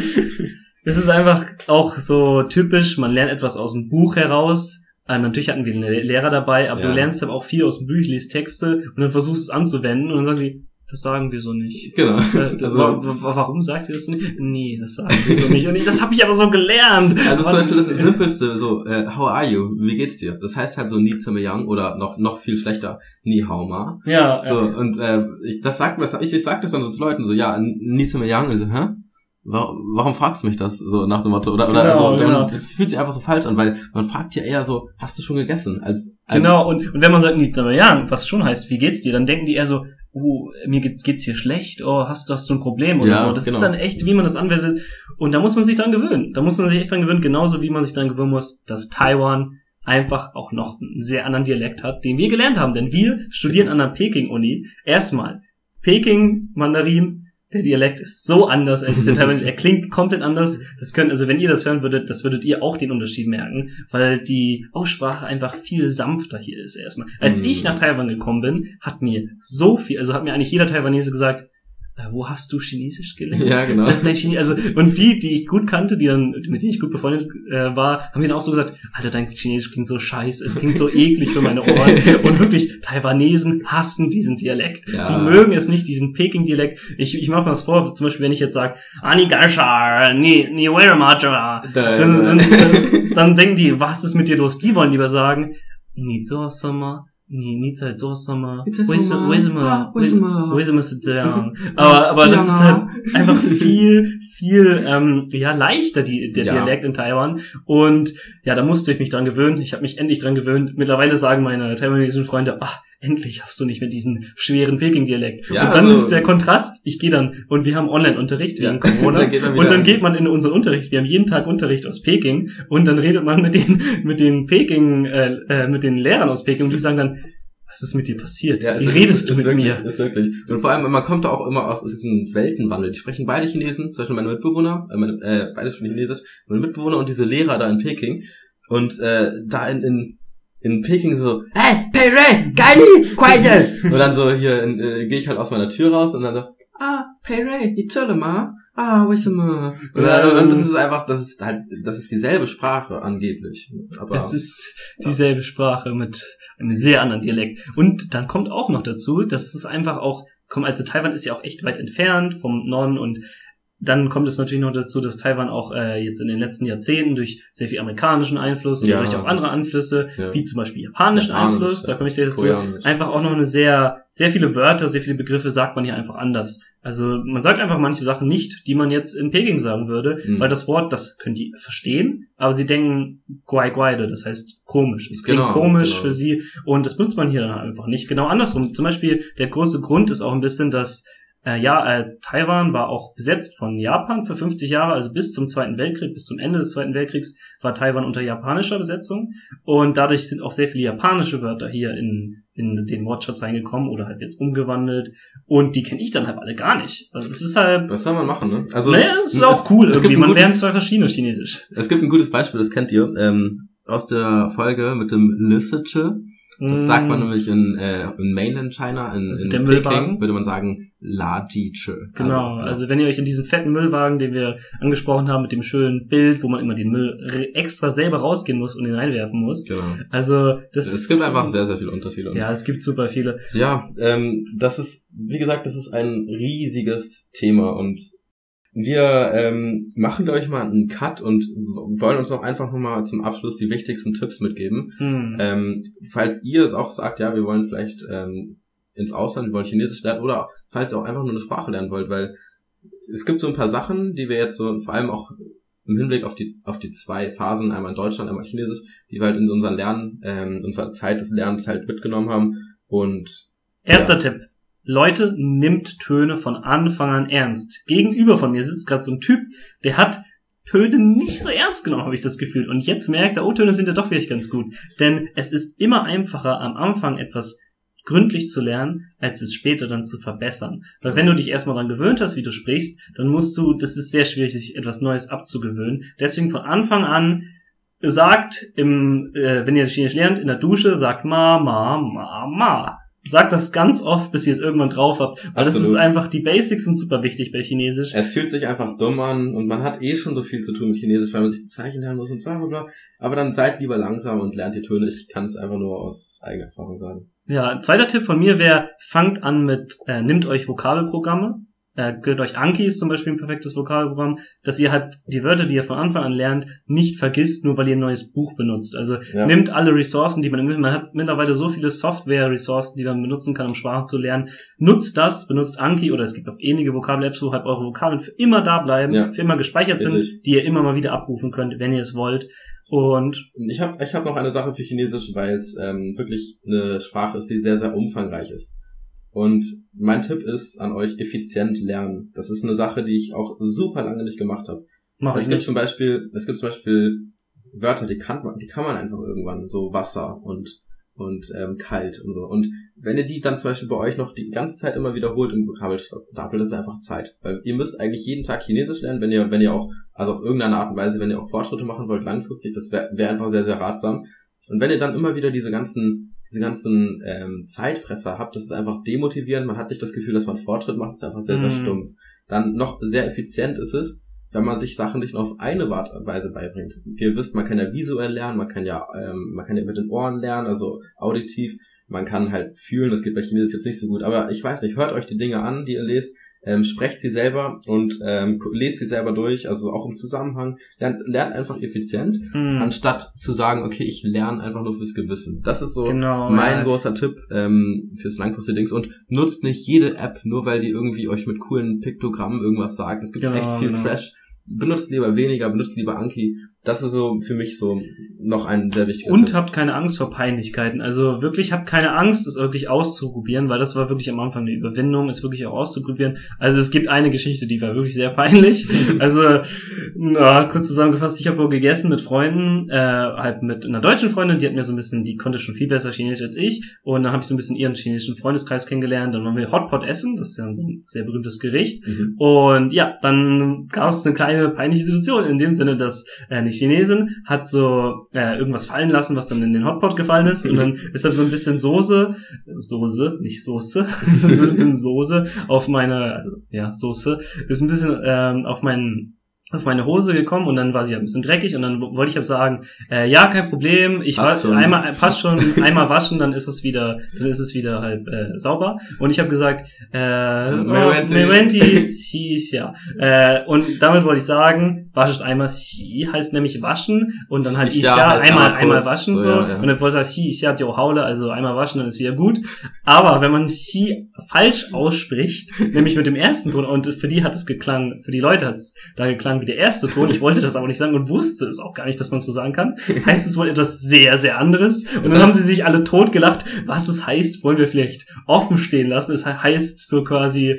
es ist einfach auch so typisch, man lernt etwas aus dem Buch heraus. Äh, natürlich hatten wir einen Lehrer dabei, aber ja. du lernst halt auch viel aus dem Buch, liest Texte und dann versuchst es anzuwenden und dann sagen sie, das sagen wir so nicht. Genau. Äh, also, wa- wa- warum sagt ihr das so nicht? Nee, das sagen wir so nicht. Und ich, das habe ich aber so gelernt. Also zum Beispiel das Simpelste, so, äh, how are you? Wie geht's dir? Das heißt halt so Ni Zhe Yang oder noch noch viel schlechter, Ni Hao Ma. Ja. So, ja. und äh, ich das sagt mir, ich, ich sag das dann so zu Leuten, so, ja, Ni Zhe Yang, und so, hä? Warum, warum fragst du mich das? So nach dem Motto, oder, oder, Genau, also, genau. das fühlt sich einfach so falsch an, weil man fragt ja eher so, hast du schon gegessen? Als, als Genau, und, und wenn man sagt, Ni Zhe Yang, was schon heißt, wie geht's dir, dann denken die eher so, oh, mir geht, geht's hier schlecht, oh, hast du, hast du ein Problem oder Ja, so. Das genau. ist dann echt, wie man das anwendet. Und da muss man sich dran gewöhnen. Da muss man sich echt dran gewöhnen, genauso wie man sich dran gewöhnen muss, dass Taiwan einfach auch noch einen sehr anderen Dialekt hat, den wir gelernt haben. Denn wir studieren an der Peking-Uni. Erstmal, Peking-Mandarin, der Dialekt ist so anders als der Taiwanese. Er klingt komplett anders. Das können, also wenn ihr das hören würdet, das würdet ihr auch den Unterschied merken, weil die Aussprache einfach viel sanfter hier ist erstmal. Als Mm. ich nach Taiwan gekommen bin, hat mir so viel, also hat mir eigentlich jeder Taiwanese gesagt, äh, wo hast du Chinesisch gelernt? Ja, genau. Das ist dein Chine- also, und die, die ich gut kannte, die dann, mit denen ich gut befreundet äh, war, haben mir dann auch so gesagt, Alter, dein Chinesisch klingt so scheiße, es klingt so eklig für meine Ohren. Und wirklich, Taiwanesen hassen diesen Dialekt. Ja. Sie mögen es nicht, diesen Peking-Dialekt. Ich, ich mache mir das vor, zum Beispiel, wenn ich jetzt sage, Ani Gasha, ni, ni Weremaja, dann, dann, dann, dann denken die, was ist mit dir los? Die wollen lieber sagen, ni zo sama, ni ni zai zo sama, aber aber das ist halt einfach viel viel ähm, ja leichter die der Ja. Dialekt in Taiwan und ja, da musste ich mich dran gewöhnen. Ich habe mich endlich dran gewöhnt. Mittlerweile sagen meine taiwanesischen Freunde, ach, endlich hast du nicht mehr diesen schweren Peking-Dialekt. Ja, und dann also, ist der Kontrast, ich gehe dann, und wir haben Online-Unterricht wegen Ja. Corona, Dann geht man und wieder- dann geht man in unseren Unterricht, wir haben jeden Tag Unterricht aus Peking, und dann redet man mit den, mit den Peking, äh, äh, mit den Lehrern aus Peking, und die sagen dann, was ist mit dir passiert? Ja, Wie ist, redest ist, du ist mit wirklich, mir? Ist wirklich. Und vor allem, man kommt da auch immer aus, es ist ein Weltenwandel. Die sprechen beide Chinesen, zum Beispiel meine Mitbewohner, äh, meine, äh, beide sprechen Chinesisch, meine Mitbewohner und diese Lehrer da in Peking. Und äh, da in, in in Peking so, hey, Pei Rei, Gali, Kuaije! Und dann so hier, äh, gehe ich halt aus meiner Tür raus und dann so, ah, Pei Rei, die Tülle ma, ah, wisma. Und, dann, und das ist einfach, das ist halt, das ist dieselbe Sprache angeblich. Aber Es ist dieselbe Sprache mit einem sehr anderen Dialekt. Und dann kommt auch noch dazu, dass es einfach auch, komm, also Taiwan ist ja auch echt weit entfernt vom Norden, und dann kommt es natürlich noch dazu, dass Taiwan auch äh, jetzt in den letzten Jahrzehnten durch sehr viel amerikanischen Einfluss und Ja. durch auch andere Einflüsse, Ja. wie zum Beispiel japanischen Japanisch, Einfluss, da ja. komme ich gleich dazu, Koreanisch. einfach auch noch eine sehr, sehr viele Wörter, sehr viele Begriffe sagt man hier einfach anders. Also man sagt einfach manche Sachen nicht, die man jetzt in Peking sagen würde, Mhm. weil das Wort, das können die verstehen, aber sie denken guai guaide, das heißt komisch. Es klingt Genau, komisch genau. für sie, und das benutzt man hier dann einfach nicht. Genau andersrum. Zum Beispiel der große Grund ist auch ein bisschen, dass Äh, ja, äh, Taiwan war auch besetzt von Japan für fünfzig Jahre, also bis zum Zweiten Weltkrieg, bis zum Ende des Zweiten Weltkriegs war Taiwan unter japanischer Besetzung, und dadurch sind auch sehr viele japanische Wörter hier in in den Wortschatz reingekommen oder halt jetzt umgewandelt, und die kenne ich dann halt alle gar nicht. Also das ist halt, was soll man machen, ne? Also, naja, das ist es- auch cool es irgendwie, gibt ein man gutes- lernt zwei verschiedene Chinesisch. Es gibt ein gutes Beispiel, das kennt ihr, ähm, aus der Folge mit dem Lissache. Das sagt man nämlich in, äh, in Mainland China, in, Also in der Peking, Müllwagen? würde man sagen, La Jiche. Genau, also wenn ihr euch in diesen fetten Müllwagen, den wir angesprochen haben, mit dem schönen Bild, wo man immer den Müll re- extra selber rausgehen muss und ihn reinwerfen muss. Genau. Also das Es gibt einfach sehr, sehr viele Unterschiede. Ja, es gibt super viele. Ja, ähm, das ist, wie gesagt, das ist ein riesiges Thema, und wir ähm, machen, glaube ich, mal einen Cut und w- wollen uns auch einfach nochmal zum Abschluss die wichtigsten Tipps mitgeben. Hm. Ähm, falls ihr es auch sagt, ja, wir wollen vielleicht ähm, ins Ausland, wir wollen Chinesisch lernen, oder falls ihr auch einfach nur eine Sprache lernen wollt, weil es gibt so ein paar Sachen, die wir jetzt so, vor allem auch im Hinblick auf die auf die zwei Phasen, einmal in Deutschland, einmal Chinesisch, die wir halt in so unseren Lernen, ähm, unserer Zeit des Lernens halt mitgenommen haben. Und Erster ja. Tipp. Leute, nimmt Töne von Anfang an ernst. Gegenüber von mir sitzt gerade so ein Typ, der hat Töne nicht so ernst genommen, habe ich das Gefühl. Und jetzt merkt er, oh, Töne sind ja doch vielleicht ganz gut. Denn es ist immer einfacher, am Anfang etwas gründlich zu lernen, als es später dann zu verbessern. Weil wenn du dich erstmal daran gewöhnt hast, wie du sprichst, dann musst du, das ist sehr schwierig, sich etwas Neues abzugewöhnen. Deswegen von Anfang an sagt, im, äh, wenn ihr Chinesisch lernt, in der Dusche, sagt ma, ma, ma, ma. Sagt das ganz oft, bis ihr es irgendwann drauf habt. Weil das Absolut. ist einfach, die Basics sind super wichtig bei Chinesisch. Es fühlt sich einfach dumm an, und man hat eh schon so viel zu tun mit Chinesisch, weil man sich Zeichen lernen muss und bla bla bla. Aber dann seid lieber langsam und lernt die Töne. Ich kann es einfach nur aus eigener Erfahrung sagen. Ja, ein zweiter Tipp von mir wäre, fangt an mit, äh, nehmt euch Vokabelprogramme. Äh, gehört euch Anki ist zum Beispiel ein perfektes Vokabelprogramm, dass ihr halt die Wörter, die ihr von Anfang an lernt, nicht vergisst, nur weil ihr ein neues Buch benutzt. Also ja. Nehmt alle Ressourcen, die man, man hat mittlerweile so viele Software-Ressourcen, die man benutzen kann, um Sprachen zu lernen. Nutzt das, benutzt Anki oder es gibt auch ähnliche Vokabel-Apps, wo halt eure Vokabeln für immer da bleiben, ja. für immer gespeichert sind, Richtig. Die ihr immer mal wieder abrufen könnt, wenn ihr es wollt. Und ich habe ich hab noch eine Sache für Chinesisch, weil es ähm, wirklich eine Sprache ist, die sehr, sehr umfangreich ist. Und mein Tipp ist an euch, effizient lernen. Das ist eine Sache, die ich auch super lange nicht gemacht habe. Mach es gibt nicht. zum Beispiel, es gibt zum Beispiel Wörter, die kann man, die kann man einfach irgendwann, so Wasser und und ähm, kalt und so. Und wenn ihr die dann zum Beispiel bei euch noch die ganze Zeit immer wiederholt im Vokabelstapel, das ist einfach Zeit. Weil ihr müsst eigentlich jeden Tag Chinesisch lernen, wenn ihr, wenn ihr auch, also auf irgendeine Art und Weise, wenn ihr auch Fortschritte machen wollt, langfristig, das wäre wär einfach sehr, sehr ratsam. Und wenn ihr dann immer wieder diese ganzen diese ganzen ähm, Zeitfresser habt, das ist einfach demotivierend, man hat nicht das Gefühl, dass man Fortschritt macht, das ist einfach sehr, sehr Mm. stumpf. Dann noch sehr effizient ist es, wenn man sich Sachen nicht nur auf eine Weise beibringt. Wie ihr wisst, man kann ja visuell lernen, man kann ja ähm, man kann ja mit den Ohren lernen, also auditiv, man kann halt fühlen, das geht bei Chinesisch jetzt nicht so gut, aber ich weiß nicht, hört euch die Dinge an, die ihr lest, ähm, sprecht sie selber und ähm, lest sie selber durch, also auch im Zusammenhang, lernt, lernt einfach effizient, Mm. anstatt zu sagen, okay, ich lerne einfach nur fürs Gewissen. Das ist so Genau, mein ja. großer Tipp ähm, fürs langfristige Dings. Und nutzt nicht jede App, nur weil die irgendwie euch mit coolen Piktogrammen irgendwas sagt. Es gibt Genau, echt viel genau. Trash. Benutzt lieber weniger, benutzt lieber Anki. Das ist so für mich so noch ein sehr wichtiger Und Tipp. habt keine Angst vor Peinlichkeiten. Also wirklich habt keine Angst, es wirklich auszuprobieren, weil das war wirklich am Anfang eine Überwindung, es wirklich auch auszuprobieren. Also es gibt eine Geschichte, die war wirklich sehr peinlich. Also, na, kurz zusammengefasst, ich habe wohl gegessen mit Freunden, äh, halt mit einer deutschen Freundin, die hat mir so ein bisschen, die konnte schon viel besser Chinesisch als ich. Und dann habe ich so ein bisschen ihren chinesischen Freundeskreis kennengelernt. Dann waren wir Hotpot essen, das ist ja so ein sehr berühmtes Gericht. Mhm. Und ja, dann gab es eine kleine peinliche Situation, in dem Sinne, dass äh, die Chinesin hat so äh, irgendwas fallen lassen, was dann in den Hotpot gefallen ist. Und dann ist halt so ein bisschen Soße, Soße, nicht Soße, so ein bisschen Soße auf meine, also, ja, Soße, ist ein bisschen ähm, auf meinen auf meine Hose gekommen und dann war sie ein bisschen dreckig und dann wollte ich halt sagen, äh, ja, kein Problem, ich passt wa- einmal passt schon, einmal waschen, dann ist es wieder, dann ist es wieder halt äh, sauber. Und ich habe gesagt, äh, Mewenti, si ist ja. Äh, und damit wollte ich sagen, wasch es einmal, si heißt nämlich waschen und dann halt is ja einmal einmal waschen so. Ja, ja. Und dann wollte ich sagen, si ist ja jo haule, also einmal waschen, dann ist wieder gut. Aber wenn man si falsch ausspricht, nämlich mit dem ersten Ton und für die hat es geklang, für die Leute hat es da geklang wie der erste Ton. Ich wollte das aber nicht sagen und wusste es auch gar nicht, dass man es so sagen kann. Heißt es wohl etwas sehr, sehr anderes. Und dann haben sie sich alle totgelacht. Was es heißt, wollen wir vielleicht offen stehen lassen. Es heißt so quasi...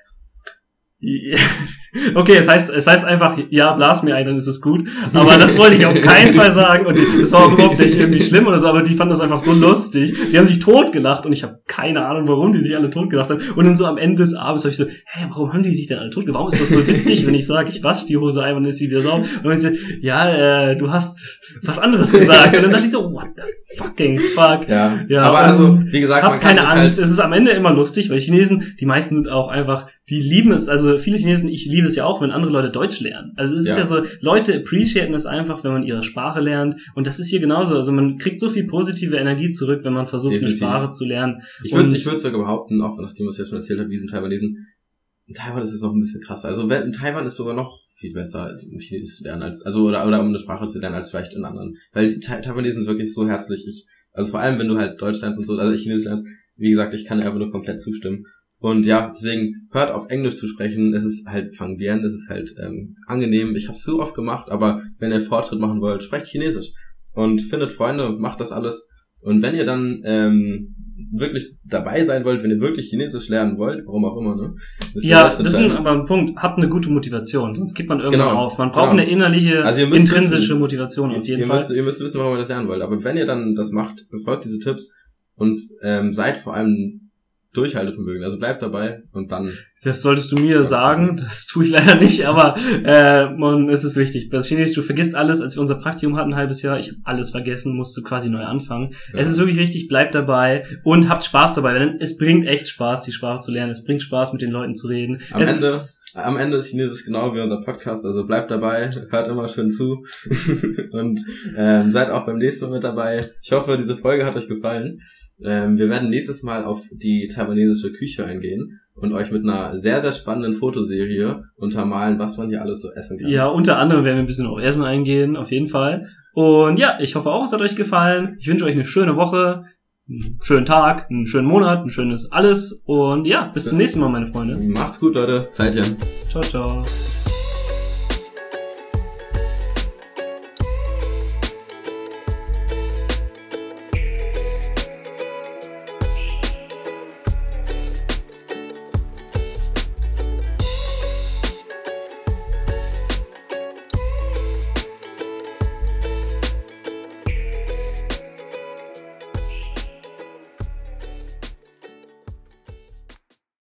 Okay, es heißt, es heißt einfach, ja, blas mir ein, dann ist es gut. Aber das wollte ich auf keinen Fall sagen. Und das war auch überhaupt nicht irgendwie schlimm oder so, aber die fanden das einfach so lustig. Die haben sich totgelacht und ich habe keine Ahnung, warum die sich alle totgelacht haben. Und dann so am Ende des Abends habe ich so, hä, warum haben die sich denn alle totgelacht? Warum ist das so witzig, wenn ich sage, ich wasche die Hose ein und dann ist sie wieder sauber? Und dann ich so, ja, äh, du hast was anderes gesagt. Und dann dachte ich so, what the fucking fuck. Ja, ja, aber also, wie gesagt, hab man kann keine Angst. Halt es ist am Ende immer lustig, weil Chinesen, die meisten sind auch einfach, die lieben es, also viele Chinesen, ich liebe es ja auch, wenn andere Leute Deutsch lernen. Also es ist ja, ja so, Leute appreciaten es einfach, wenn man ihre Sprache lernt. Und das ist hier genauso. Also man kriegt so viel positive Energie zurück, wenn man versucht, Definitiv. eine Sprache zu lernen. Ich würde ich würde sogar behaupten, auch nachdem was ich ja schon erzählt habe, diesen Taiwanesen, in Taiwan ist es noch ein bisschen krasser. Also in Taiwan ist sogar noch viel besser, als um Chinesisch zu lernen, als also oder oder um eine Sprache zu lernen, als vielleicht in anderen. Weil die Taiwanesen sind wirklich so herzlich. Ich, also vor allem, wenn du halt Deutsch lernst und so, also Chinesisch lernst, wie gesagt, ich kann einfach nur komplett zustimmen. Und ja, deswegen hört auf Englisch zu sprechen. Es ist halt Fang Bien, es ist halt ähm, angenehm. Ich habe es so oft gemacht, aber wenn ihr Fortschritt machen wollt, sprecht Chinesisch und findet Freunde und macht das alles. Und wenn ihr dann ähm, wirklich dabei sein wollt, wenn ihr wirklich Chinesisch lernen wollt, warum auch immer, ne? Ja, das ist ein, aber ein Punkt. Habt eine gute Motivation, sonst gibt man irgendwann genau, auf. Man braucht genau. eine innerliche, also intrinsische wissen, Motivation auf jeden ihr Fall. Müsst, ihr müsst wissen, warum ihr das lernen wollt. Aber wenn ihr dann das macht, befolgt diese Tipps und ähm, seid vor allem Durchhaltevermögen, also bleibt dabei und dann Das solltest du mir sagen, das tue ich leider nicht, aber äh, man, es ist wichtig. Bei Chinesisch, du vergisst alles. Als wir unser Praktikum hatten, ein halbes Jahr, ich habe alles vergessen, musste quasi neu anfangen. Ja. Es ist wirklich wichtig, bleibt dabei und habt Spaß dabei, denn es bringt echt Spaß, die Sprache zu lernen. Es bringt Spaß, mit den Leuten zu reden. Am es Ende, ist, am Ende ist Chinesisch genau wie unser Podcast, also bleibt dabei, hört immer schön zu und ähm, seid auch beim nächsten Mal mit dabei. Ich hoffe, diese Folge hat euch gefallen. Ähm, wir werden nächstes Mal auf die taiwanesische Küche eingehen und euch mit einer sehr, sehr spannenden Fotoserie untermalen, was man hier alles so essen kann. Ja, unter anderem werden wir ein bisschen auf Essen eingehen, auf jeden Fall. Und ja, ich hoffe auch, es hat euch gefallen. Ich wünsche euch eine schöne Woche, einen schönen Tag, einen schönen Monat, ein schönes alles. Und ja, bis, bis zum nächsten Mal, meine Freunde. Macht's gut, Leute. Zeit, Jan. Ciao, ciao.